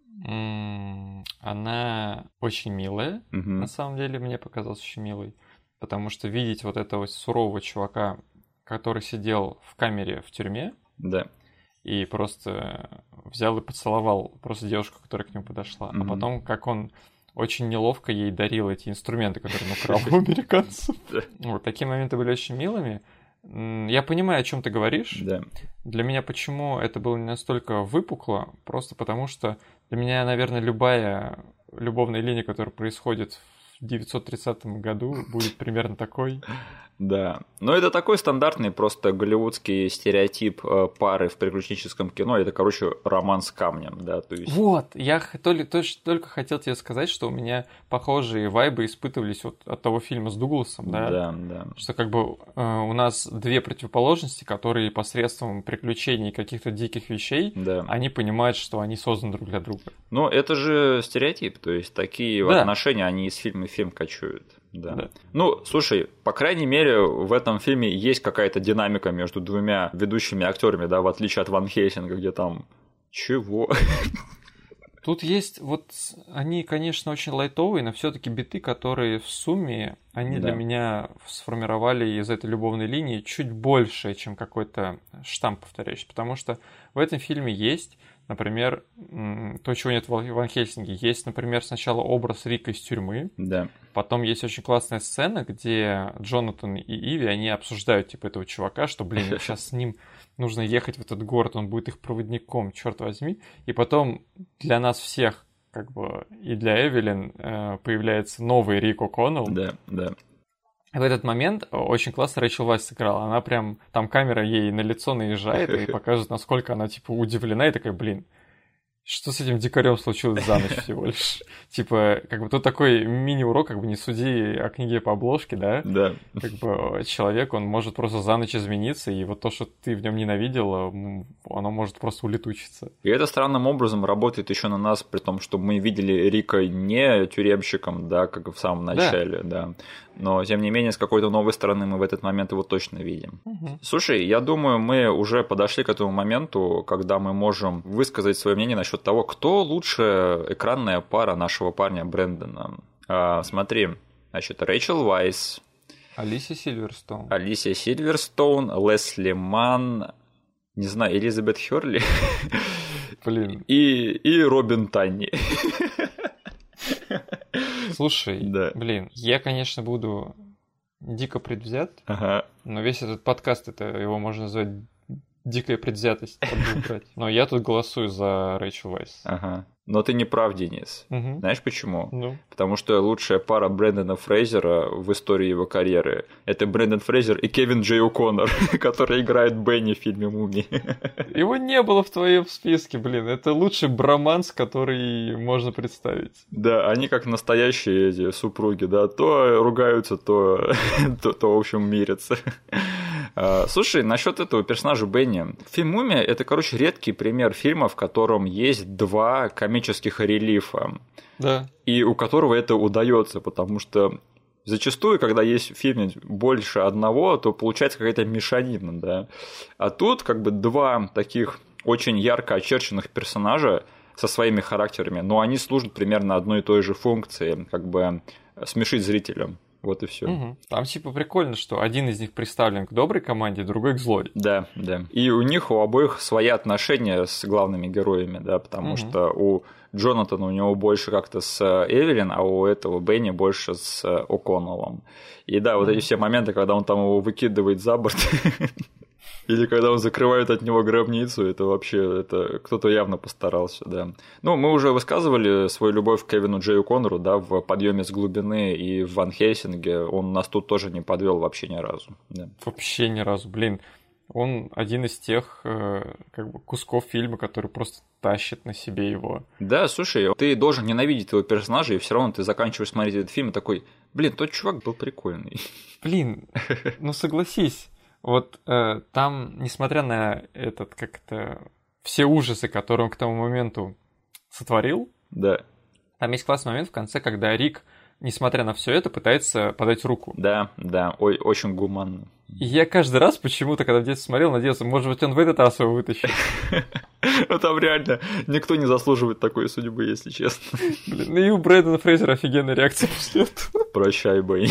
Она очень милая, на самом деле, мне показалось очень милой, потому что видеть вот этого сурового чувака, который сидел в камере в тюрьме, да. И просто взял и поцеловал просто девушку, которая к нему подошла, а потом, как он очень неловко ей дарил эти инструменты, которые он украл у американцев. Вот такие моменты были очень милыми. Я понимаю, о чем ты говоришь. Да. Для меня почему это было не настолько выпукло, просто потому что для меня, наверное, любая любовная линия, которая происходит в 1930 году, будет примерно такой. Да, но это такой стандартный просто голливудский стереотип пары в приключенческом кино, это, короче, роман с камнем, да, то есть... Вот, я только хотел тебе сказать, что у меня похожие вайбы испытывались вот от того фильма с Дугласом, да? Да. Что как бы у нас две противоположности, которые посредством приключений каких-то диких вещей, они понимают, что они созданы друг для друга. Ну, это же стереотип, то есть такие отношения, они из фильма в фильм кочуют. Да. Ну, слушай, по крайней мере, в этом фильме есть какая-то динамика между двумя ведущими актерами, да, в отличие от Ван Хельсинга, где там... Чего? Тут есть вот, они, конечно, очень лайтовые, но все-таки биты, которые в сумме, они для меня сформировали из этой любовной линии чуть больше, чем какой-то штамп повторяющий. Потому что в этом фильме есть, например, то, чего нет в Ван Хельсинге. Есть, например, сначала образ Рика из тюрьмы. Да. Потом есть очень классная сцена, где Джонатан и Иви, они обсуждают, типа, этого чувака, что, блин, сейчас с ним нужно ехать в этот город, он будет их проводником, черт возьми. И потом для нас всех, как бы, и для Эвелин появляется новый Рик О'Коннелл. Да, да. В этот момент очень классно Рэйчел Вайс сыграла. Она прям, там камера ей на лицо наезжает и показывает, насколько она, типа, удивлена и такая, блин, что с этим дикарем случилось за ночь всего лишь? Типа, как бы тут такой мини-урок, как бы не суди о книге по обложке, да? Да. Как бы человек, он может просто за ночь измениться, и вот то, что ты в нем ненавидела, оно может просто улетучиться. И это странным образом работает еще на нас, при том, что мы видели Рика не тюремщиком, да, как в самом начале, да. Но, тем не менее, с какой-то новой стороны мы в этот момент его точно видим. Слушай, я думаю, мы уже подошли к этому моменту, когда мы можем высказать свое мнение насчет того, кто лучше экранная пара нашего парня Брэндона. Смотри, значит, Рэйчел Вайс, Алисия Сильверстоун, Лесли Манн, не знаю, Элизабет Хёрли. Блин. И Робин Танни. Слушай, да. Блин, я, конечно, буду дико предвзят, но весь этот подкаст, его можно назвать дикая предвзятость. Но я тут голосую за Рэйчел Вайс. Но ты не прав, Денис. Знаешь почему? Потому что лучшая пара Брэндона Фрейзера в истории его карьеры — это Брэндон Фрейзер и Кевин Джей О'Коннор, который играет Бенни в фильме «Мумия». Его не было в твоем списке, блин. Это лучший броманс, который можно представить. Да, они как настоящие эти супруги, да, то ругаются, то в общем, мирятся. Слушай, насчет этого персонажа Бенни. Фильм «Мумия» — это, короче, редкий пример фильма, в котором есть два комических релифа. Да. И у которого это удается, потому что зачастую, когда есть в фильме больше одного, то получается какая-то мешанина, да. А тут как бы два таких очень ярко очерченных персонажа со своими характерами, но они служат примерно одной и той же функции, как бы смешить зрителя. Вот и все. Там типа прикольно, что один из них представлен к доброй команде, другой к злой. Да, да. И у них у обоих свои отношения с главными героями, да, потому что у Джонатана у него больше как-то с Эвелин, а у этого Бенни больше с О'Коннеллом. И да, вот эти все моменты, когда он там его выкидывает за борт, или когда он закрывает от него гробницу, это вообще, это кто-то явно постарался, да. Ну, мы уже высказывали свою любовь к Кевину Джей О'Коннору, да, в «Подъеме с глубины» и в «Ван Хельсинге». Он нас тут тоже не подвел вообще ни разу. Да. Вообще ни разу, блин. Он один из тех как бы кусков фильма, который просто тащит на себе его. Да, слушай, ты должен ненавидеть его персонажа, и все равно ты заканчиваешь смотреть этот фильм и такой, блин, тот чувак был прикольный. Блин, ну согласись. Вот там, несмотря на этот, как-то, все ужасы, которые он к тому моменту сотворил, да. Там есть классный момент в конце, когда Рик, несмотря на все это, пытается подать руку. Да, да, очень гуманно. И я каждый раз почему-то, когда в детстве смотрел, надеялся, может быть, он в этот раз его вытащит. Ну там реально никто не заслуживает такой судьбы, если честно. Блин, ну и у Брэндона Фрейзера офигенная реакция после этого. Прощай, Бэй.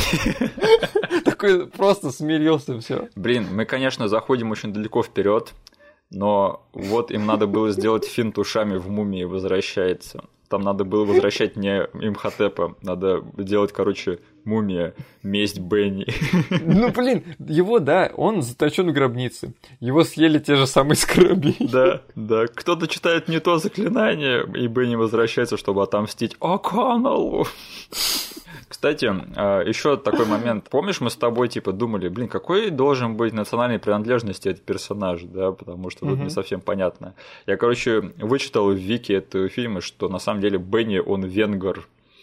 Такой просто смирился, все. Блин, мы, конечно, заходим очень далеко вперед, но вот им надо было сделать финт ушами в «Мумии возвращается». Там надо было возвращать не Имхотепа, надо делать, короче, «Мумия, месть Бенни». Ну, блин, его, да, он заточен в гробнице. Его съели те же самые скоробеи. Да, да. Кто-то читает не то заклинание, и Бенни возвращается, чтобы отомстить О'Коннеллу. Кстати, еще такой момент. Помнишь, мы с тобой типа думали, блин, какой должен быть национальной принадлежности этот персонаж, да, потому что тут не совсем понятно. Я, короче, вычитал в вики этого фильма, что на самом деле Бенни, он венгер.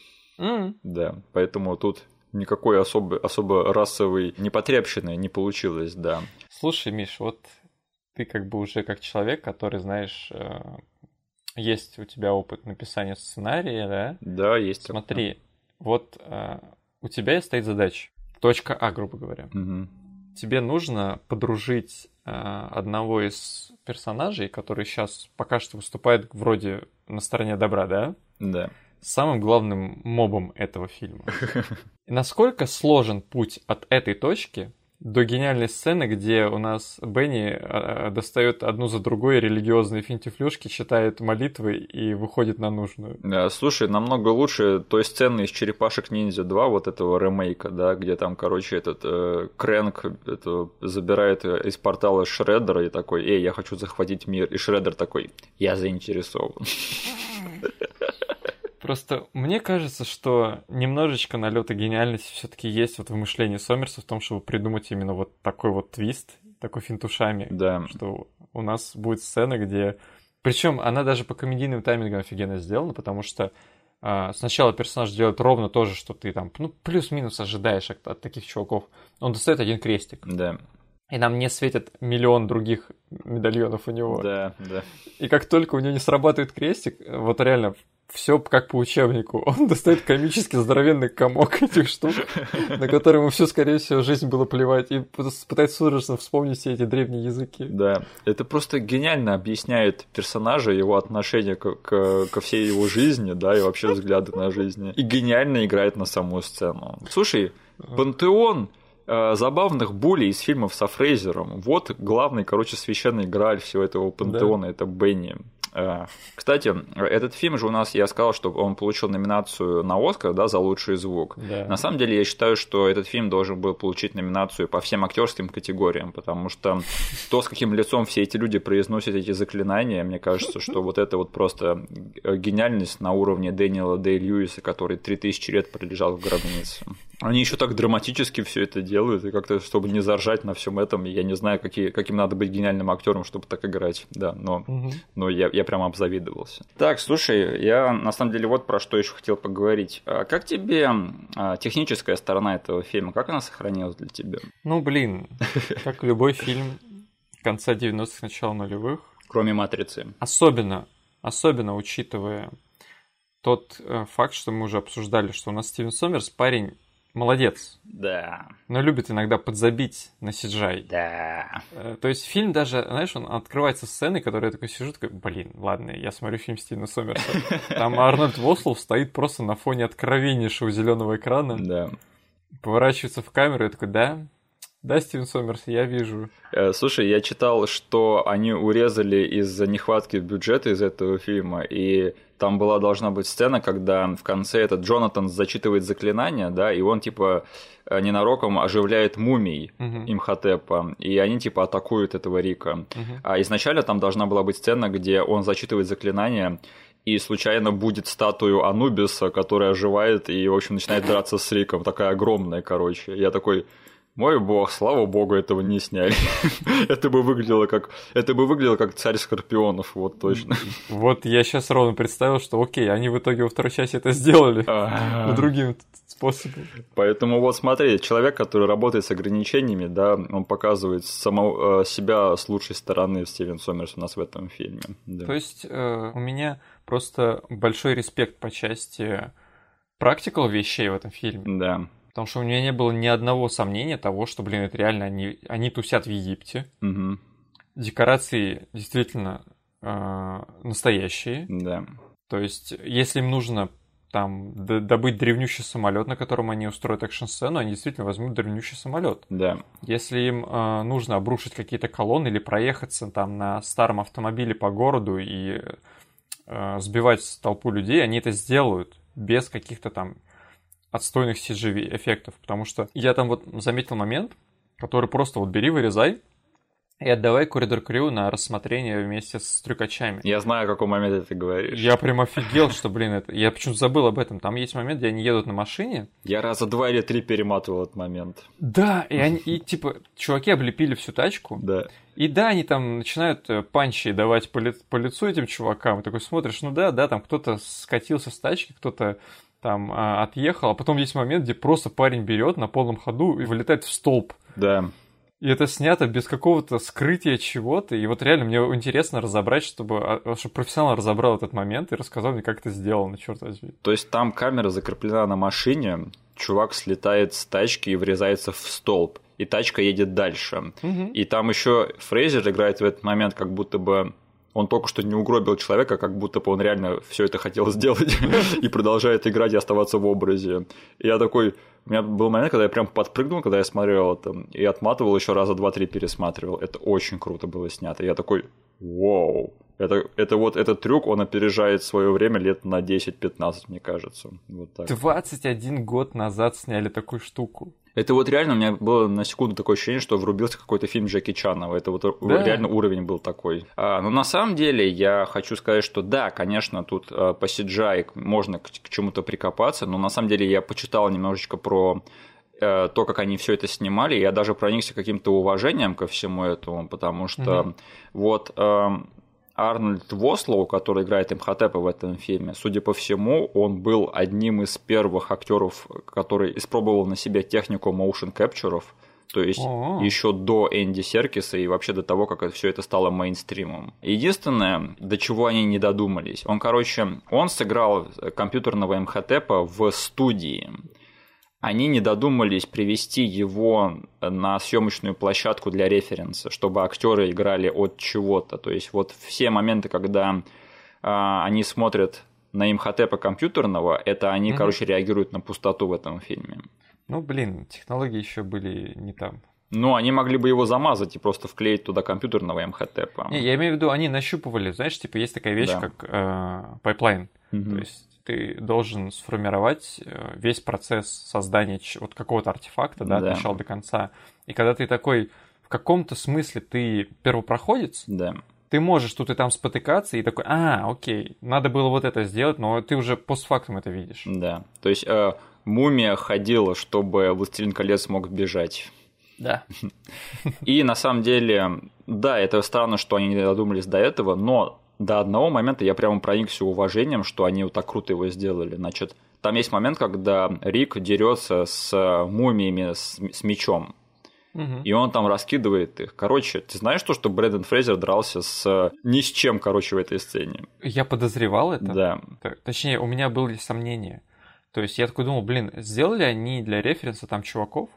Да, поэтому тут никакой особо расовой непотребщины не получилось, да. Слушай, Миш, вот ты как бы уже как человек, который, знаешь, есть у тебя опыт написания сценария, да? Да, есть. Смотри. Вот у тебя стоит задача, точка А, грубо говоря. Тебе нужно подружить одного из персонажей, который сейчас пока что выступает вроде на стороне добра, да? Да. Самым главным мобом этого фильма. И насколько сложен путь от этой точки до гениальной сцены, где у нас Бенни достает одну за другой религиозные финтифлюшки, читает молитвы и выходит на нужную. Слушай, намного лучше той сцены из «Черепашек-ниндзя 2», вот этого ремейка, да, где там, короче, этот Крэнк забирает из портала Шреддера и такой: «Эй, я хочу захватить мир». И Шреддер такой: «Я заинтересован». Просто мне кажется, что немножечко налета гениальности все-таки есть вот в мышлении Сомерса в том, чтобы придумать именно вот такой вот твист, такой финт ушами, да. Что у нас будет сцена, где... Причем она даже по комедийным таймингам офигенно сделана, потому что сначала персонаж делает ровно то же, что ты там, ну, плюс-минус ожидаешь от таких чуваков. Он достает один крестик. Да. И нам не светит миллион других медальонов у него. Да, да. И как только у него не срабатывает крестик, вот реально... Все как по учебнику. Он достает комически здоровенный комок этих штук, на который ему всю, скорее всего, жизнь было плевать, и пытается судорожно вспомнить все эти древние языки. Да, это просто гениально объясняет персонажа, его отношение ко всей его жизни, да, и вообще взгляды на жизнь. И гениально играет на саму сцену. Слушай, пантеон забавных булей из фильмов со Фрейзером. Вот главный, короче, священный грааль всего этого пантеона, да. Это Бенни. Кстати, этот фильм же у нас, я сказал, что он получил номинацию на «Оскар», да, за лучший звук. Да. На самом деле, я считаю, что этот фильм должен был получить номинацию по всем актерским категориям, потому что то, с каким лицом все эти люди произносят эти заклинания, мне кажется, что вот это вот просто гениальность на уровне Дэниела Дэй-Льюиса, который 3000 лет пролежал в гробнице. Они еще так драматически все это делают, и как-то, чтобы не заржать на всем этом, я не знаю, каким надо быть гениальным актером, чтобы так играть, да, но я прям обзавидовался. Так, слушай, я на самом деле вот про что еще хотел поговорить. Как тебе техническая сторона этого фильма, как она сохранилась для тебя? Ну, блин, как любой фильм конца 90-х, начала нулевых. Кроме «Матрицы». Особенно учитывая тот факт, что мы уже обсуждали, что у нас Стивен Сомерс парень молодец. Да. Но любит иногда подзабить на CGI. Да. То есть фильм даже, знаешь, он открывается сценой, которой я такой сижу, такой: блин, ладно, я смотрю фильм Стивена Сомерса. Там Арнольд Вослоу стоит просто на фоне откровеннейшего зеленого экрана. Да. Поворачивается в камеру и такой: да, Стивен Сомерс, я вижу. Слушай, я читал, что они урезали из-за нехватки бюджета из этого фильма, и там должна быть сцена, когда в конце этот Джонатан зачитывает заклинание, да, и он типа ненароком оживляет мумий Имхотепа, и они типа атакуют этого Рика. А изначально там должна была быть сцена, где он зачитывает заклинание, и случайно будет статую Анубиса, которая оживает и, в общем, начинает драться с Риком, такая огромная, короче. Я такой: мой бог, слава богу, этого не сняли. Это бы выглядело как царь Скорпионов, вот точно. Вот я сейчас ровно представил, что окей, они в итоге во второй части это сделали другим способом. Поэтому вот смотри, человек, который работает с ограничениями, да, он показывает самого себя с лучшей стороны, Стивен Сомерс у нас в этом фильме. Да. То есть у меня просто большой респект по части практикал вещей в этом фильме. Да. Потому что у меня не было ни одного сомнения того, что, блин, это реально они тусят в Египте. Угу. Декорации действительно настоящие. Да. То есть, если им нужно там добыть древнющий самолет, на котором они устроят экшн-сцену, они действительно возьмут древнющий самолет. Да. Если им нужно обрушить какие-то колонны или проехаться там на старом автомобиле по городу и сбивать толпу людей, они это сделают без каких-то там отстойных CGI-эффектов, потому что я там вот заметил момент, который просто вот бери, вырезай и отдавай Коридор Крю на рассмотрение вместе с трюкачами. Я знаю, о каком моменте ты говоришь. Я прям офигел, что, блин, это... Я почему-то забыл об этом. Там есть момент, где они едут на машине. Я раза 2 или 3 перематывал этот момент. Да, и типа, чуваки облепили всю тачку. Да. И да, они там начинают панчи давать по лицу этим чувакам. И такой смотришь, ну да, там кто-то скатился с тачки, кто-то там отъехал, а потом есть момент, где просто парень берет на полном ходу и вылетает в столб. Да. И это снято без какого-то скрытия чего-то. И вот реально мне интересно разобрать, чтобы профессионал разобрал этот момент и рассказал мне, как это сделано, черт возьми. То есть там камера закреплена на машине, чувак слетает с тачки и врезается в столб. и тачка едет дальше. И там еще Фрейзер играет в этот момент, как будто бы он только что не угробил человека, как будто бы он реально все это хотел сделать и продолжает играть и оставаться в образе. И я такой... У меня был момент, когда я прям подпрыгнул, когда я смотрел это, и отматывал еще раза 2-3 пересматривал. Это очень круто было снято. Я такой, вау. Это вот этот трюк, он опережает свое время лет на 10-15, мне кажется. Вот так. 21 год назад сняли такую штуку. Это вот реально, у меня было на секунду такое ощущение, что врубился какой-то фильм Джеки Чана. Это вот реально уровень был такой. Но на самом деле я хочу сказать, что да, конечно, тут по CGI можно к чему-то прикопаться, но на самом деле я почитал немножечко про то, как они все это снимали, и я даже проникся каким-то уважением ко всему этому, потому что вот... Арнольд Вослоу, который играет Имхотепа в этом фильме, судя по всему, он был одним из первых актеров, который испробовал на себе технику motion capture, то есть еще до Энди Серкиса и вообще до того, как все это стало мейнстримом. Единственное, до чего они не додумались, он сыграл компьютерного Имхотепа в студии. Они не додумались привести его на съемочную площадку для референса, чтобы актеры играли от чего-то. То есть вот все моменты, когда они смотрят на Имхотепа компьютерного, это они, реагируют на пустоту в этом фильме. Ну, блин, технологии еще были не там. Ну, они могли бы его замазать и просто вклеить туда компьютерного Имхотепа. Не, я имею в виду, они нащупывали, знаешь, типа есть такая вещь, как пайплайн. То есть ты должен сформировать весь процесс создания вот какого-то артефакта, да, от начала до конца. И когда ты такой, в каком-то смысле ты первопроходец, ты можешь тут и там спотыкаться и такой, окей, надо было вот это сделать, но ты уже постфактум это видишь. Да, то есть мумия ходила, чтобы Властелин колец мог бежать. Да. И на самом деле, да, это странно, что они не додумались до этого, но до одного момента я прямо проникся уважением, что они вот так круто его сделали. Значит, там есть момент, когда Рик дерется с мумиями с мечом. И он там раскидывает их. Короче, ты знаешь то, что Брендан Фрейзер дрался с ни с чем, в этой сцене? Я подозревал это. Да. Точнее, у меня были сомнения. То есть я такой думал, сделали они для референса там чуваков?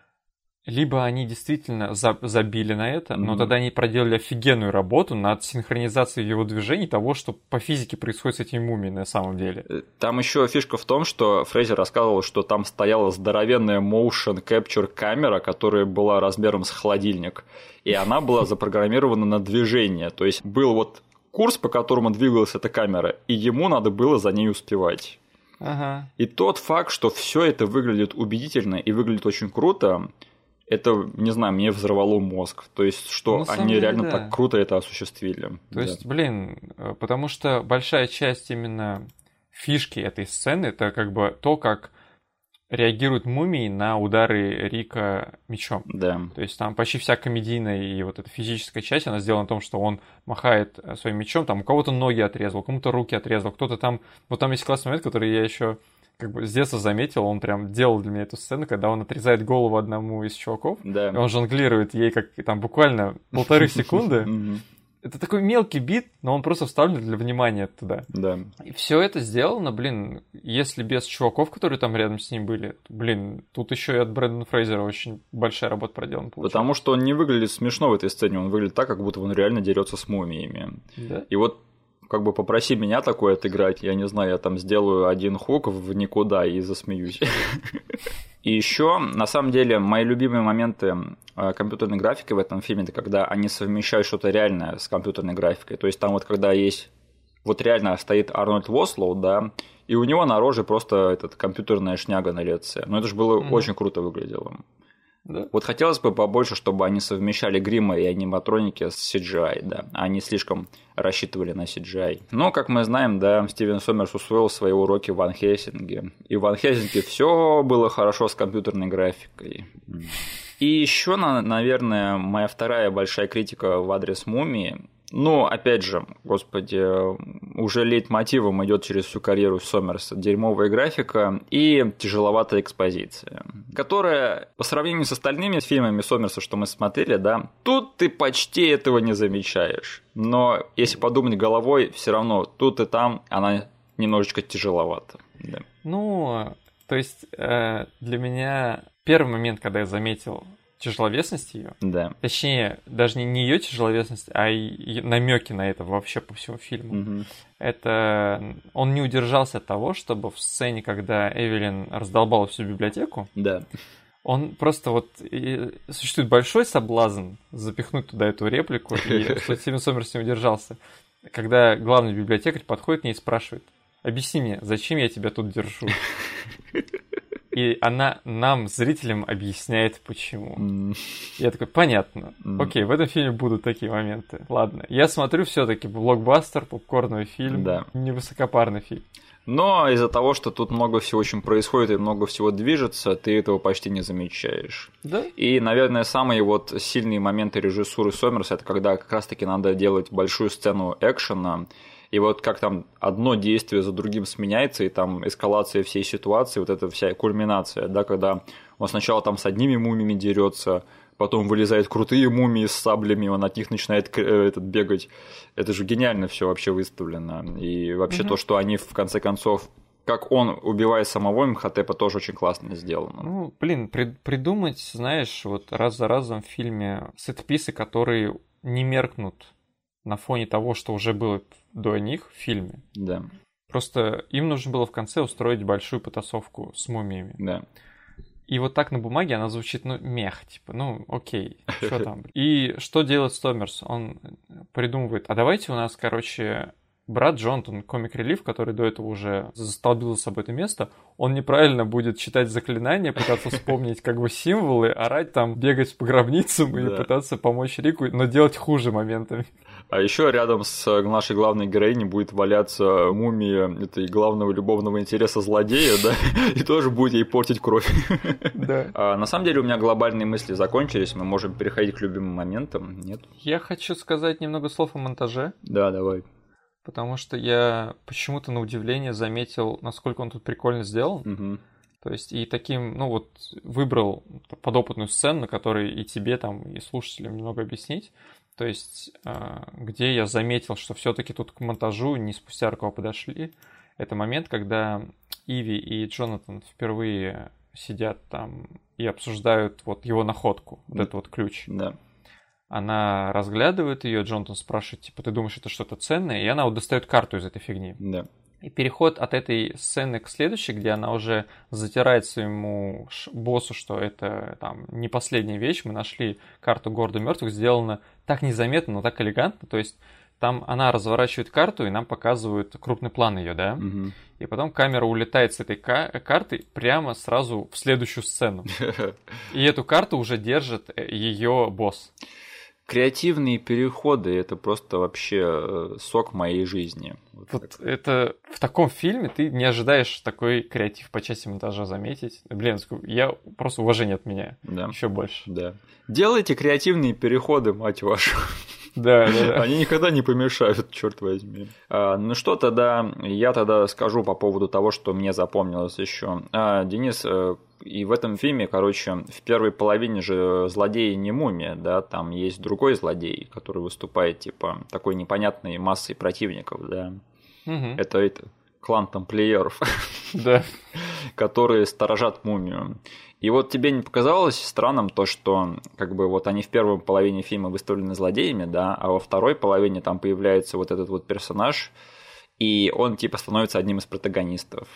Либо они действительно забили на это, но тогда они проделали офигенную работу над синхронизацией его движений того, что по физике происходит с этими мумиями на самом деле. Там еще фишка в том, что Фрейзер рассказывал, что там стояла здоровенная motion capture камера, которая была размером с холодильник, и она была запрограммирована на движение. То есть был вот курс, по которому двигалась эта камера, и ему надо было за ней успевать. И тот факт, что все это выглядит убедительно и выглядит очень круто, это, не знаю, мне взорвало мозг. То есть, что они реально так круто это осуществили. То есть, потому что большая часть именно фишки этой сцены, это как бы то, как реагируют мумии на удары Рика мечом. Да. То есть там почти вся комедийная и вот эта физическая часть, она сделана на том, что он махает своим мечом, там у кого-то ноги отрезал, кому-то руки отрезал, кто-то там... Вот там есть классный момент, который я еще как бы с детства заметил, он прям делал для меня эту сцену, когда он отрезает голову одному из чуваков, и он жонглирует ей как там буквально 1,5 секунды. Это такой мелкий бит, но он просто вставлен для внимания туда. Да. И все это сделано, если без чуваков, которые там рядом с ним были, тут еще и от Брэндона Фрейзера очень большая работа проделана. Потому что он не выглядит смешно в этой сцене, он выглядит так, как будто он реально дерется с мумиями. Да? И вот как бы попроси меня такое отыграть, я не знаю, я там сделаю один хук в никуда и засмеюсь. И еще, на самом деле, мои любимые моменты компьютерной графики в этом фильме, это когда они совмещают что-то реальное с компьютерной графикой. То есть там вот когда есть, вот реально стоит Арнольд Вослоу, да, и у него на роже просто компьютерная шняга на лице. Но это же было очень круто выглядело. Да. Вот хотелось бы побольше, чтобы они совмещали гримы и аниматроники с CGI, да, они слишком рассчитывали на CGI. Но, как мы знаем, да, Стивен Сомерс усвоил свои уроки в Ван Хельсинге, и в Ван Хельсинге все было хорошо с компьютерной графикой. И еще, наверное, моя вторая большая критика в адрес «Мумии». Ну, опять же, господи, уже лейтмотивом идет через всю карьеру Сомерса дерьмовая графика и тяжеловатая экспозиция, которая по сравнению с остальными фильмами Сомерса, что мы смотрели, да, тут ты почти этого не замечаешь. Но если подумать головой, все равно тут и там она немножечко тяжеловата. Да. Ну, то есть для меня первый момент, когда я заметил тяжеловесность ее. Да. Точнее, даже не ее тяжеловесность, а и намеки на это вообще по всему фильму. Это он не удержался от того, чтобы в сцене, когда Эвелин раздолбала всю библиотеку, да. Он просто вот... Существует большой соблазн запихнуть туда эту реплику, и Стивен Сомерс не удержался. Когда главный библиотекарь подходит к ней и спрашивает: объясни мне, зачем я тебя тут держу? И она нам, зрителям, объясняет, почему. Я такой, понятно. Окей, в этом фильме будут такие моменты. Ладно, я смотрю все-таки блокбастер, попкорновый фильм, не высокопарный фильм. Но из-за того, что тут много всего очень происходит и много всего движется, ты этого почти не замечаешь. Да? И, наверное, самые вот сильные моменты режиссуры Сомерса — это когда как раз-таки надо делать большую сцену экшена, и вот как там одно действие за другим сменяется, и там эскалация всей ситуации, вот эта вся кульминация, да, когда он сначала там с одними мумиями дерется, потом вылезают крутые мумии с саблями, он от них начинает бегать. Это же гениально все вообще выставлено. И вообще то, что они в конце концов, как он убивает самого Имхотепа, тоже очень классно сделано. Ну, блин, придумать, знаешь, вот раз за разом в фильме сет-писы, которые не меркнут на фоне того, что уже было до них в фильме. Да. Просто им нужно было в конце устроить большую потасовку с мумиями. Да. И вот так на бумаге она звучит, мех, типа, окей, что там. И что делает Сомерс? Он придумывает, а давайте у нас, брат Джонатан, комик-релив, который до этого уже застолбил за собой это место, он неправильно будет читать заклинания, пытаться вспомнить символы, орать там, бегать по гробницам и пытаться помочь Рику, но делать хуже моментами. А еще рядом с нашей главной героиней будет валяться мумия этой главного любовного интереса злодея, да, и тоже будет ей портить кровь. Да. На самом деле у меня глобальные мысли закончились, мы можем переходить к любимым моментам, нет? Я хочу сказать немного слов о монтаже. Да, давай. Потому что я почему-то на удивление заметил, насколько он тут прикольно сделан. Угу. То есть и таким, выбрал подопытную сцену, на которой и тебе там, и слушателям немного объяснить. То есть, где я заметил, что все-таки тут к монтажу не спустя рукава подошли. Это момент, когда Иви и Джонатан впервые сидят там и обсуждают его находку, этот ключ. Да. Она разглядывает ее, Джонатан спрашивает, типа, ты думаешь, это что-то ценное? И она достает карту из этой фигни. Да. И переход от этой сцены к следующей, где она уже затирает своему боссу, что это там не последняя вещь, мы нашли карту города мертвых, сделано так незаметно, но так элегантно, то есть там она разворачивает карту, и нам показывают крупный план ее, да, и потом камера улетает с этой карты прямо сразу в следующую сцену, и эту карту уже держит ее босс. Креативные переходы — это просто вообще сок моей жизни. Вот это в таком фильме ты не ожидаешь такой креатив по части монтажа заметить. Блин, я просто уважение от меня. Да. Еще больше. Да. Делайте креативные переходы, мать вашу. Да. Они никогда не помешают, черт возьми. Ну что тогда, я скажу по поводу того, что мне запомнилось еще. Денис, и в этом фильме, в первой половине же злодей не мумия, да, там есть другой злодей, который выступает, типа, такой непонятной массой противников, да. Это клан тамплиеров, да. которые сторожат мумию. И вот тебе не показалось странным то, что они в первой половине фильма выставлены злодеями, да, а во второй половине там появляется вот этот вот персонаж, и он типа становится одним из протагонистов.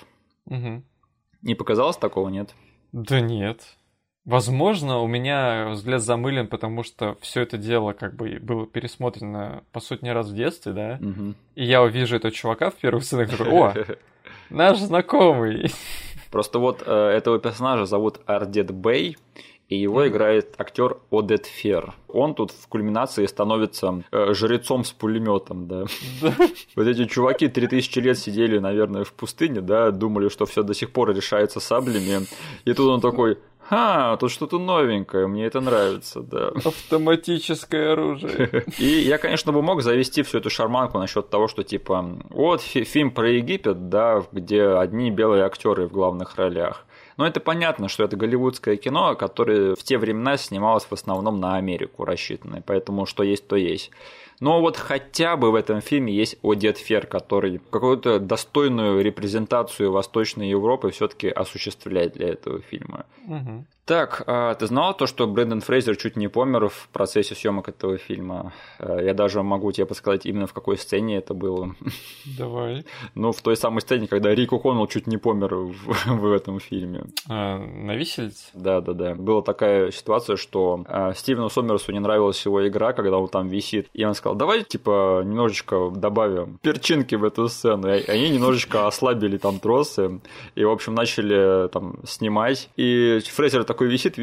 Не показалось такого, нет? Да нет. Возможно, у меня взгляд замылен, потому что все это дело было пересмотрено по сотни раз в детстве, да, и я увижу этого чувака в первых сценах, такой, о, наш знакомый. Просто этого персонажа зовут Ардет Бэй, и его играет актер Одет Фер. Он тут в кульминации становится жрецом с пулеметом, да. Вот эти чуваки 3000 лет сидели, наверное, в пустыне, да, думали, что все до сих пор решается саблями, и тут он такой: тут что-то новенькое, мне это нравится, да. Автоматическое оружие. И я, конечно, бы мог завести всю эту шарманку насчет того, что типа, вот фильм про Египет, да, где одни белые актеры в главных ролях. Но это понятно, что это голливудское кино, которое в те времена снималось в основном на Америку рассчитанное, поэтому что есть, то есть. Но вот хотя бы в этом фильме есть Одет Фер, который какую-то достойную репрезентацию Восточной Европы все-таки осуществляет для этого фильма. Угу. Так, ты знал то, что Брендан Фрейзер чуть не помер в процессе съемок этого фильма? Я даже могу тебе подсказать, именно в какой сцене это было. Давай. Ну, в той самой сцене, когда Рик О'Коннелл чуть не помер в этом фильме. На виселице? Да. Была такая ситуация, что Стивену Сомерсу не нравилась его игра, когда он там висит. И он сказал, давай, типа, немножечко добавим перчинки в эту сцену. И они немножечко ослабили там тросы. И, в общем, начали там снимать. И Фрейзер такой висит,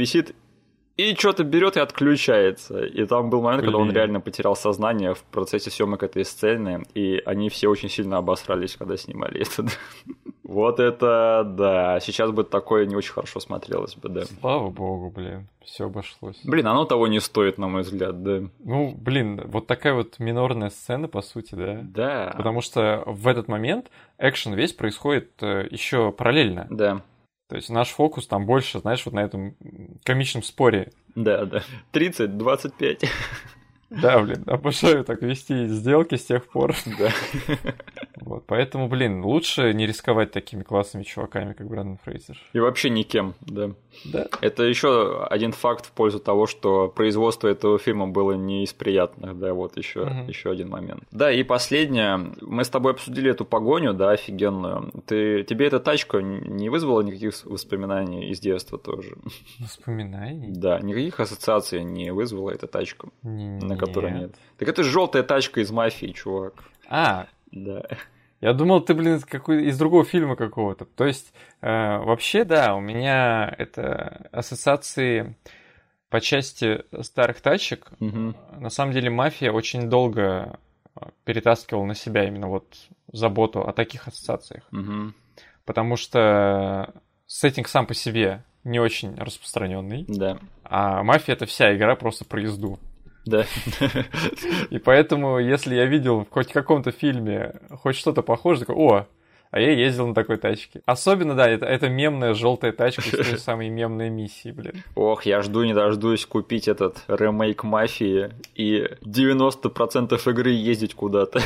и что-то берет и отключается. И там был момент, когда он реально потерял сознание в процессе съемок этой сцены, и они все очень сильно обосрались, когда снимали это. Вот это да. Сейчас бы такое не очень хорошо смотрелось бы, да. Слава богу, блин, все обошлось. Блин, оно того не стоит, на мой взгляд, да. Ну, блин, вот такая вот минорная сцена, по сути, да? Да. Потому что в этот момент экшен весь происходит еще параллельно. Да. То есть наш фокус там больше, знаешь, вот на этом комичном споре. Да. 30-25. Да, блин, обожаю так вести сделки с тех пор. Да. Вот, поэтому, блин, лучше не рисковать такими классными чуваками, как Брендан Фрейзер. И вообще никем, да. Да. Это еще один факт в пользу того, что производство этого фильма было не из приятных, да, вот еще один момент. Да, и последнее. Мы с тобой обсудили эту погоню, да, офигенную. Тебе эта тачка не вызвала никаких воспоминаний из детства тоже? Воспоминаний? Да, никаких ассоциаций не вызвала эта тачка, на которой нет. Так это же желтая тачка из «Мафии», чувак. Да. Я думал, ты, блин, из другого фильма какого-то. То есть, вообще, да, у меня это ассоциации по части старых тачек. Угу. На самом деле, «Мафия» очень долго перетаскивала на себя именно вот заботу о таких ассоциациях. Угу. Потому что сеттинг сам по себе не очень распространенный. Да. А «Мафия» — это вся игра просто про езду. Да. И поэтому, если я видел в хоть каком-то фильме хоть что-то похожее, такой, а я ездил на такой тачке. Особенно, да, это мемная желтая тачка из той самой мемной миссии, блин. Ох, я жду не дождусь купить этот ремейк «Мафии» и 90% игры ездить куда-то.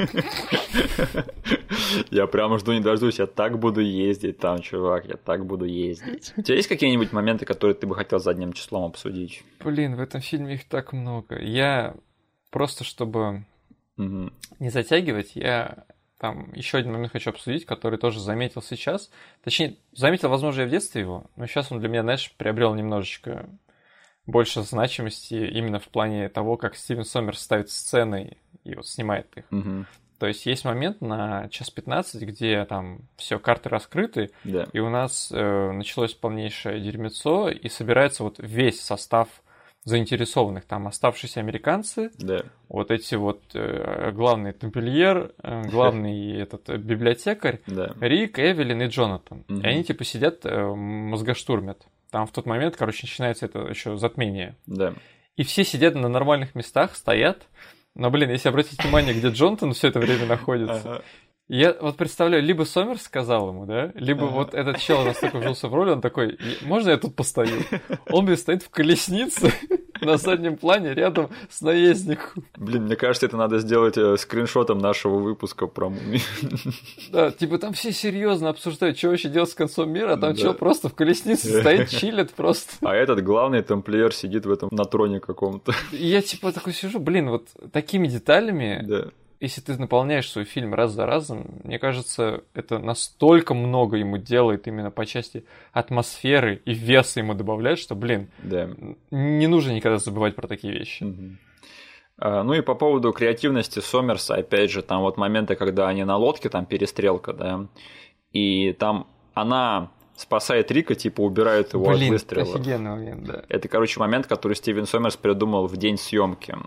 Я прямо жду не дождусь, я так буду ездить там, чувак, я так буду ездить. У тебя есть какие-нибудь моменты, которые ты бы хотел задним числом обсудить? Блин, в этом фильме их так много. Я просто, чтобы не затягивать, я там еще один момент хочу обсудить, который тоже заметил сейчас. Точнее, заметил, возможно, я в детстве его, но сейчас он для меня, знаешь, приобрел немножечко больше значимости именно в плане того, как Стивен Сомерс ставит сцены и вот снимает их. То есть есть момент на 1:15, где там все карты раскрыты, да. И у нас началось полнейшее дерьмецо, и собирается вот весь состав заинтересованных, там оставшиеся американцы, да. Вот эти вот главный тамплиер, главный этот библиотекарь, да. Рик, Эвелин и Джонатан. И они типа сидят, мозгоштурмят. Там в тот момент, короче, начинается это еще затмение. Да. И все сидят на нормальных местах, стоят. Но, блин, если обратить внимание, где Джонатан все это время находится, я вот представляю, либо Сомерс сказал ему, да, либо вот этот чел настолько вжился в роль, он такой, можно я тут постою? Он, блин, стоит в колеснице на заднем плане рядом с наездником. Блин, мне кажется, это надо сделать скриншотом нашего выпуска про мумию. Да, типа там все серьезно обсуждают, что вообще делать с концом мира, а там чел просто в колеснице стоит, чилит просто. А этот главный тамплиер сидит в этом на троне каком-то. И я типа такой сижу, блин, вот такими деталями... Да. Если ты наполняешь свой фильм раз за разом, мне кажется, это настолько много ему делает именно по части атмосферы и веса ему добавляет, что, блин, да. Не нужно никогда забывать про такие вещи. Ну и по поводу креативности Сомерса, опять же, там вот моменты, когда они на лодке, там перестрелка, да, и там она спасает Рика, типа убирает его от выстрела. Блин, офигенный момент, да. Это, короче, момент, который Стивен Сомерс придумал в день съемки.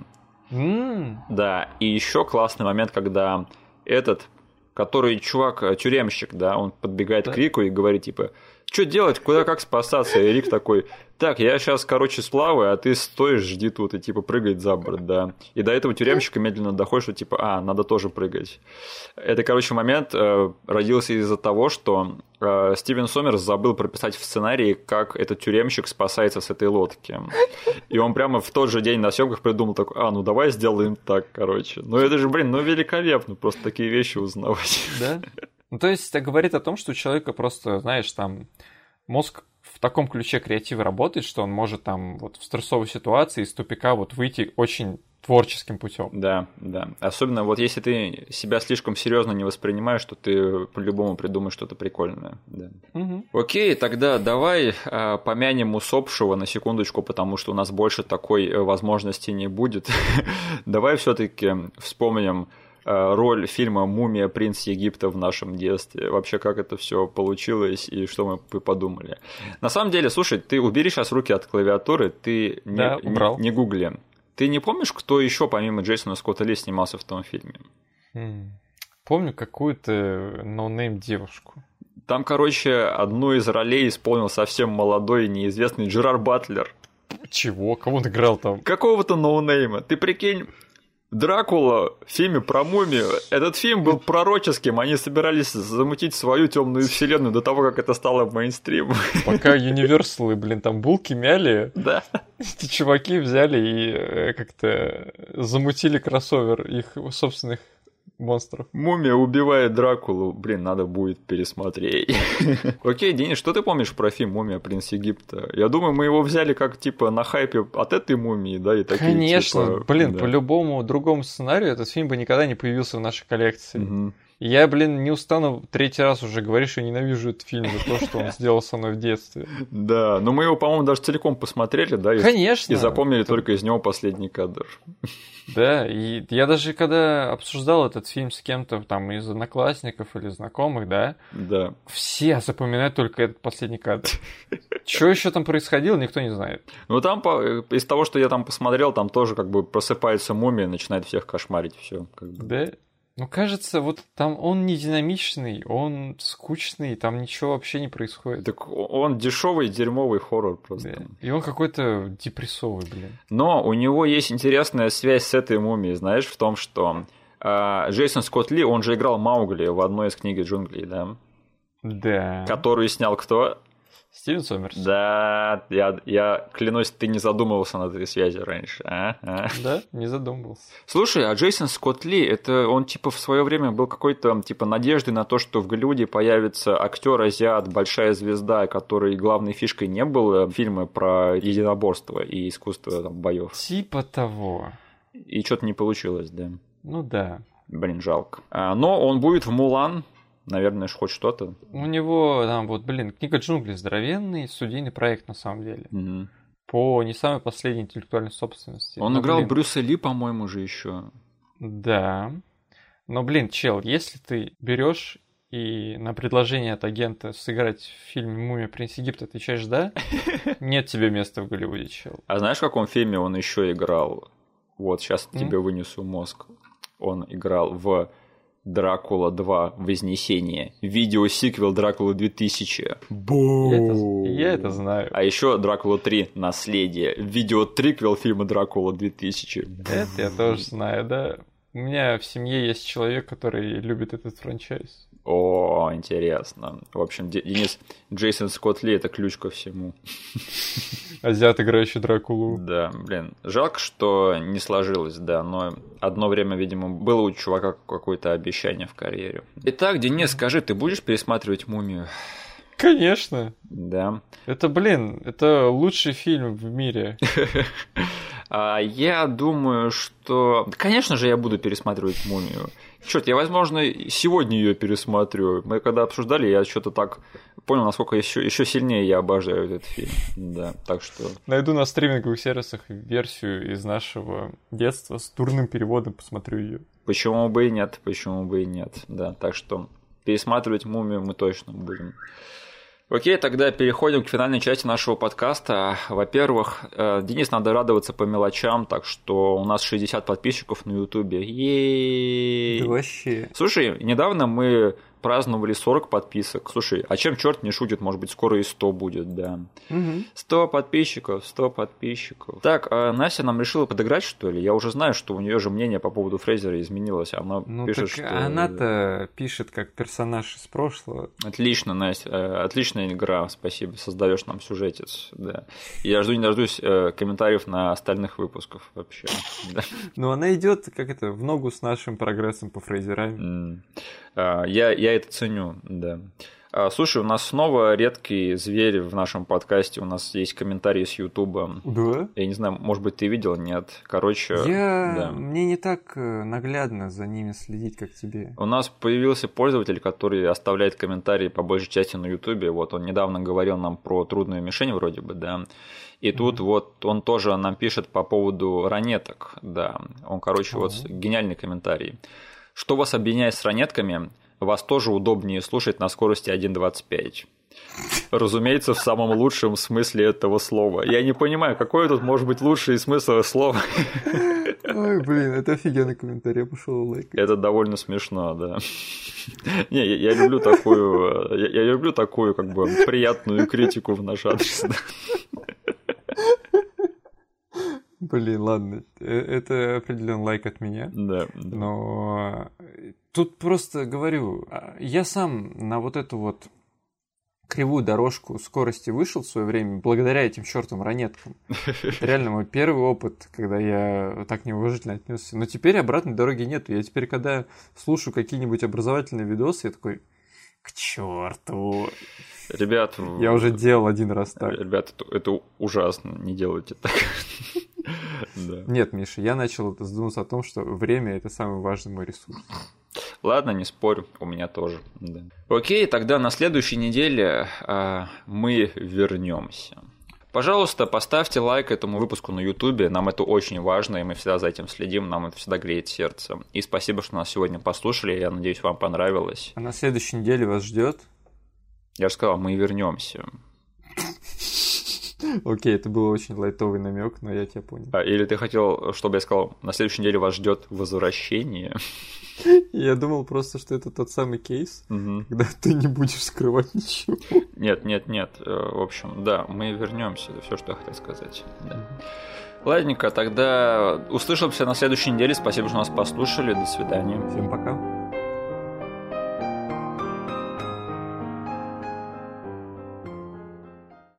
Да, и еще классный момент, когда этот, который чувак, тюремщик, да, он подбегает к Рику и говорит, типа, что делать, куда как спасаться? И Рик такой, так, я сейчас, короче, сплаваю, а ты стоишь, жди тут, и типа прыгает за борт, да. И до этого тюремщика медленно доходит, что типа, надо тоже прыгать. Это, короче, момент родился из-за того, что Стивен Сомерс забыл прописать в сценарии, как этот тюремщик спасается с этой лодки. И он прямо в тот же день на съемках придумал такой, ну давай сделаем так, короче. Ну это же, великолепно, просто такие вещи узнавать. Да? Ну то есть это говорит о том, что у человека просто, знаешь, там мозг в таком ключе креатива работает, что он может там вот в стрессовой ситуации из тупика вот выйти очень творческим путем. Да, да. Особенно вот если ты себя слишком серьезно не воспринимаешь, то ты по-любому придумаешь что-то прикольное. Да. Угу. Окей, тогда давай помянем усопшего на секундочку, потому что у нас больше такой возможности не будет. Давай все-таки вспомним роль фильма «Мумия. Принц Египта» в нашем детстве. Вообще, как это все получилось и что мы подумали. На самом деле, слушай, ты убери сейчас руки от клавиатуры, ты не гугли. Ты не помнишь, кто еще помимо Джейсона Скотта Ли снимался в том фильме? Помню какую-то ноунейм девушку. Там, короче, одну из ролей исполнил совсем молодой и неизвестный Джерар Батлер. Чего? Кого он играл там? Какого-то ноунейма. Ты прикинь, Дракула в фильме про мумию. Этот фильм был пророческим. Они собирались замутить свою темную вселенную до того, как это стало мейнстримом. Пока Universal, там булки мяли, да. Эти чуваки взяли и как-то замутили кроссовер их собственных монстров. Мумия убивает Дракулу. Надо будет пересмотреть. Окей, Денис, что ты помнишь про фильм «Мумия. Принц Египта»? Я думаю, мы его взяли как, типа, на хайпе от этой мумии, да? И такие, конечно, типа, по любому другому сценарию этот фильм бы никогда не появился в нашей коллекции. Угу. Я, не устану третий раз уже говорить, что ненавижу этот фильм за то, что он сделал со мной в детстве. Да, но мы его, по-моему, даже целиком посмотрели, да? Конечно. И запомнили только из него последний кадр. Да, и я даже когда обсуждал этот фильм с кем-то там из одноклассников или знакомых, да, все запоминают только этот последний кадр. Что еще там происходило, никто не знает. Ну там из того, что я там посмотрел, там тоже как бы просыпается мумия, начинает всех кошмарить, все. Да? Ну, кажется, вот там он не динамичный, он скучный, там ничего вообще не происходит. Так он дешевый, дерьмовый хоррор просто. Да. И он какой-то депрессовый, Но у него есть интересная связь с этой мумией, знаешь, в том, что Джейсон Скотт Ли, он же играл Маугли в одной из книг джунглей, да? Да. Которую снял кто? Стивен Сомерс. Да, я клянусь, ты не задумывался над этой связью раньше. Да, не задумывался. Слушай, а Джейсон Скотт Ли, это он типа в свое время был какой-то типа надеждой на то, что в Голливуде появится актер-азиат, большая звезда, который главной фишкой не был фильмы про единоборство и искусство там, боев. Типа того. И что-то не получилось, да. Ну да. Жалко. Но он будет в «Мулан». Наверное, хоть что-то. У него там книга джунглей здоровенный, студийный проект на самом деле. Угу. По не самой последней интеллектуальной собственности. Он играл Брюса Ли, по-моему, же еще. Да. Но, чел, если ты берешь и на предложение от агента сыграть в фильме «Мумия. Принц Египта» отвечаешь «да», нет тебе места в Голливуде, чел. А знаешь, в каком фильме он еще играл? Вот, сейчас тебе вынесу мозг. Он играл в «Дракула 2. Вознесение». Видеосиквел «Дракула 2000». Я это знаю. А еще «Дракула 3. Наследие». Видеотриквел фильма «Дракула 2000». Это я тоже знаю, да. У меня в семье есть человек, который любит этот франчайз. О, интересно. В общем, Денис, Джейсон Скотт Ли – это ключ ко всему. Азиат, играющий Дракулу. Да, жалко, что не сложилось, да, но одно время, видимо, было у чувака какое-то обещание в карьере. Итак, Денис, скажи, ты будешь пересматривать «Мумию»? Конечно. Да. Это, это лучший фильм в мире. Я думаю, что... Конечно же, я буду пересматривать «Мумию». Чёрт, я, возможно, сегодня ее пересмотрю. Мы когда обсуждали, я что-то так понял, насколько еще сильнее я обожаю этот фильм. Да, так что... Найду на стриминговых сервисах версию из нашего детства с дурным переводом, посмотрю ее. Почему бы и нет, да. Так что пересматривать «Мумию» мы точно будем. Окей, тогда переходим к финальной части нашего подкаста. Во-первых, Денис, надо радоваться по мелочам, так что у нас 60 подписчиков на Ютубе. Да вообще. Слушай, недавно мы праздновали 40 подписок. Слушай, а чем черт не шутит, может быть, скоро и 100 будет, да. 100 подписчиков, 100 подписчиков. Так, а Настя нам решила подыграть, что ли? Я уже знаю, что у нее же мнение по поводу Фрейзера изменилось. Она пишет, что... Она-то пишет как персонаж из прошлого. Отлично, Настя, отличная игра, спасибо, создаешь нам сюжетец, да. Я жду не дождусь комментариев на остальных выпусков вообще. Да. Ну, она идет в ногу с нашим прогрессом по Фрейзерам. Я это ценю, да. Слушай, у нас снова редкий зверь в нашем подкасте. У нас есть комментарии с Ютуба. Да? Я не знаю, может быть, ты видел, нет. Короче, мне не так наглядно за ними следить, как тебе. У нас появился пользователь, который оставляет комментарии по большей части на Ютубе. Вот он недавно говорил нам про трудную мишень вроде бы, да. И тут вот он тоже нам пишет по поводу ранеток, да. Он, короче, вот гениальный комментарий. Что вас объединяет с ранетками? Вас тоже удобнее слушать на скорости 1.25. Разумеется, в самом лучшем смысле этого слова. Я не понимаю, какой тут может быть лучший смысл слова. Ой, блин, это офигенный комментарий, я пошел лайкать. Это довольно смешно, да. Не, я люблю такую, как бы, приятную критику в наш адрес. Блин, ладно, это определенно лайк от меня. Да. Но тут просто говорю, я сам на вот эту вот кривую дорожку скорости вышел в свое время благодаря этим чертовым ранеткам. Это реально мой первый опыт, когда я так неуважительно отнесся. Но теперь обратной дороги нету. Я теперь, когда слушаю какие-нибудь образовательные видосы, я такой, к черту. Ребят, я уже делал один раз так. Ребят, это ужасно, не делайте так. Да. Нет, Миша, я начал задумываться о том, что время – это самый важный мой ресурс. Ладно, не спорю, у меня тоже. Да. Окей, тогда на следующей неделе мы вернемся. Пожалуйста, поставьте лайк этому выпуску на Ютубе, нам это очень важно, и мы всегда за этим следим, нам это всегда греет сердце. И спасибо, что нас сегодня послушали, я надеюсь, вам понравилось. А на следующей неделе вас ждет? Я же сказал, мы вернемся. Окей, это был очень лайтовый намек, но я тебя понял. Или ты хотел, чтобы я сказал, на следующей неделе вас ждет возвращение? Я думал просто, что это тот самый кейс, когда ты не будешь скрывать ничего. Нет. В общем, да, мы вернемся. Это все, что я хотел сказать. Да. Ладненько, тогда услышимся на следующей неделе. Спасибо, что нас послушали. До свидания. Всем пока.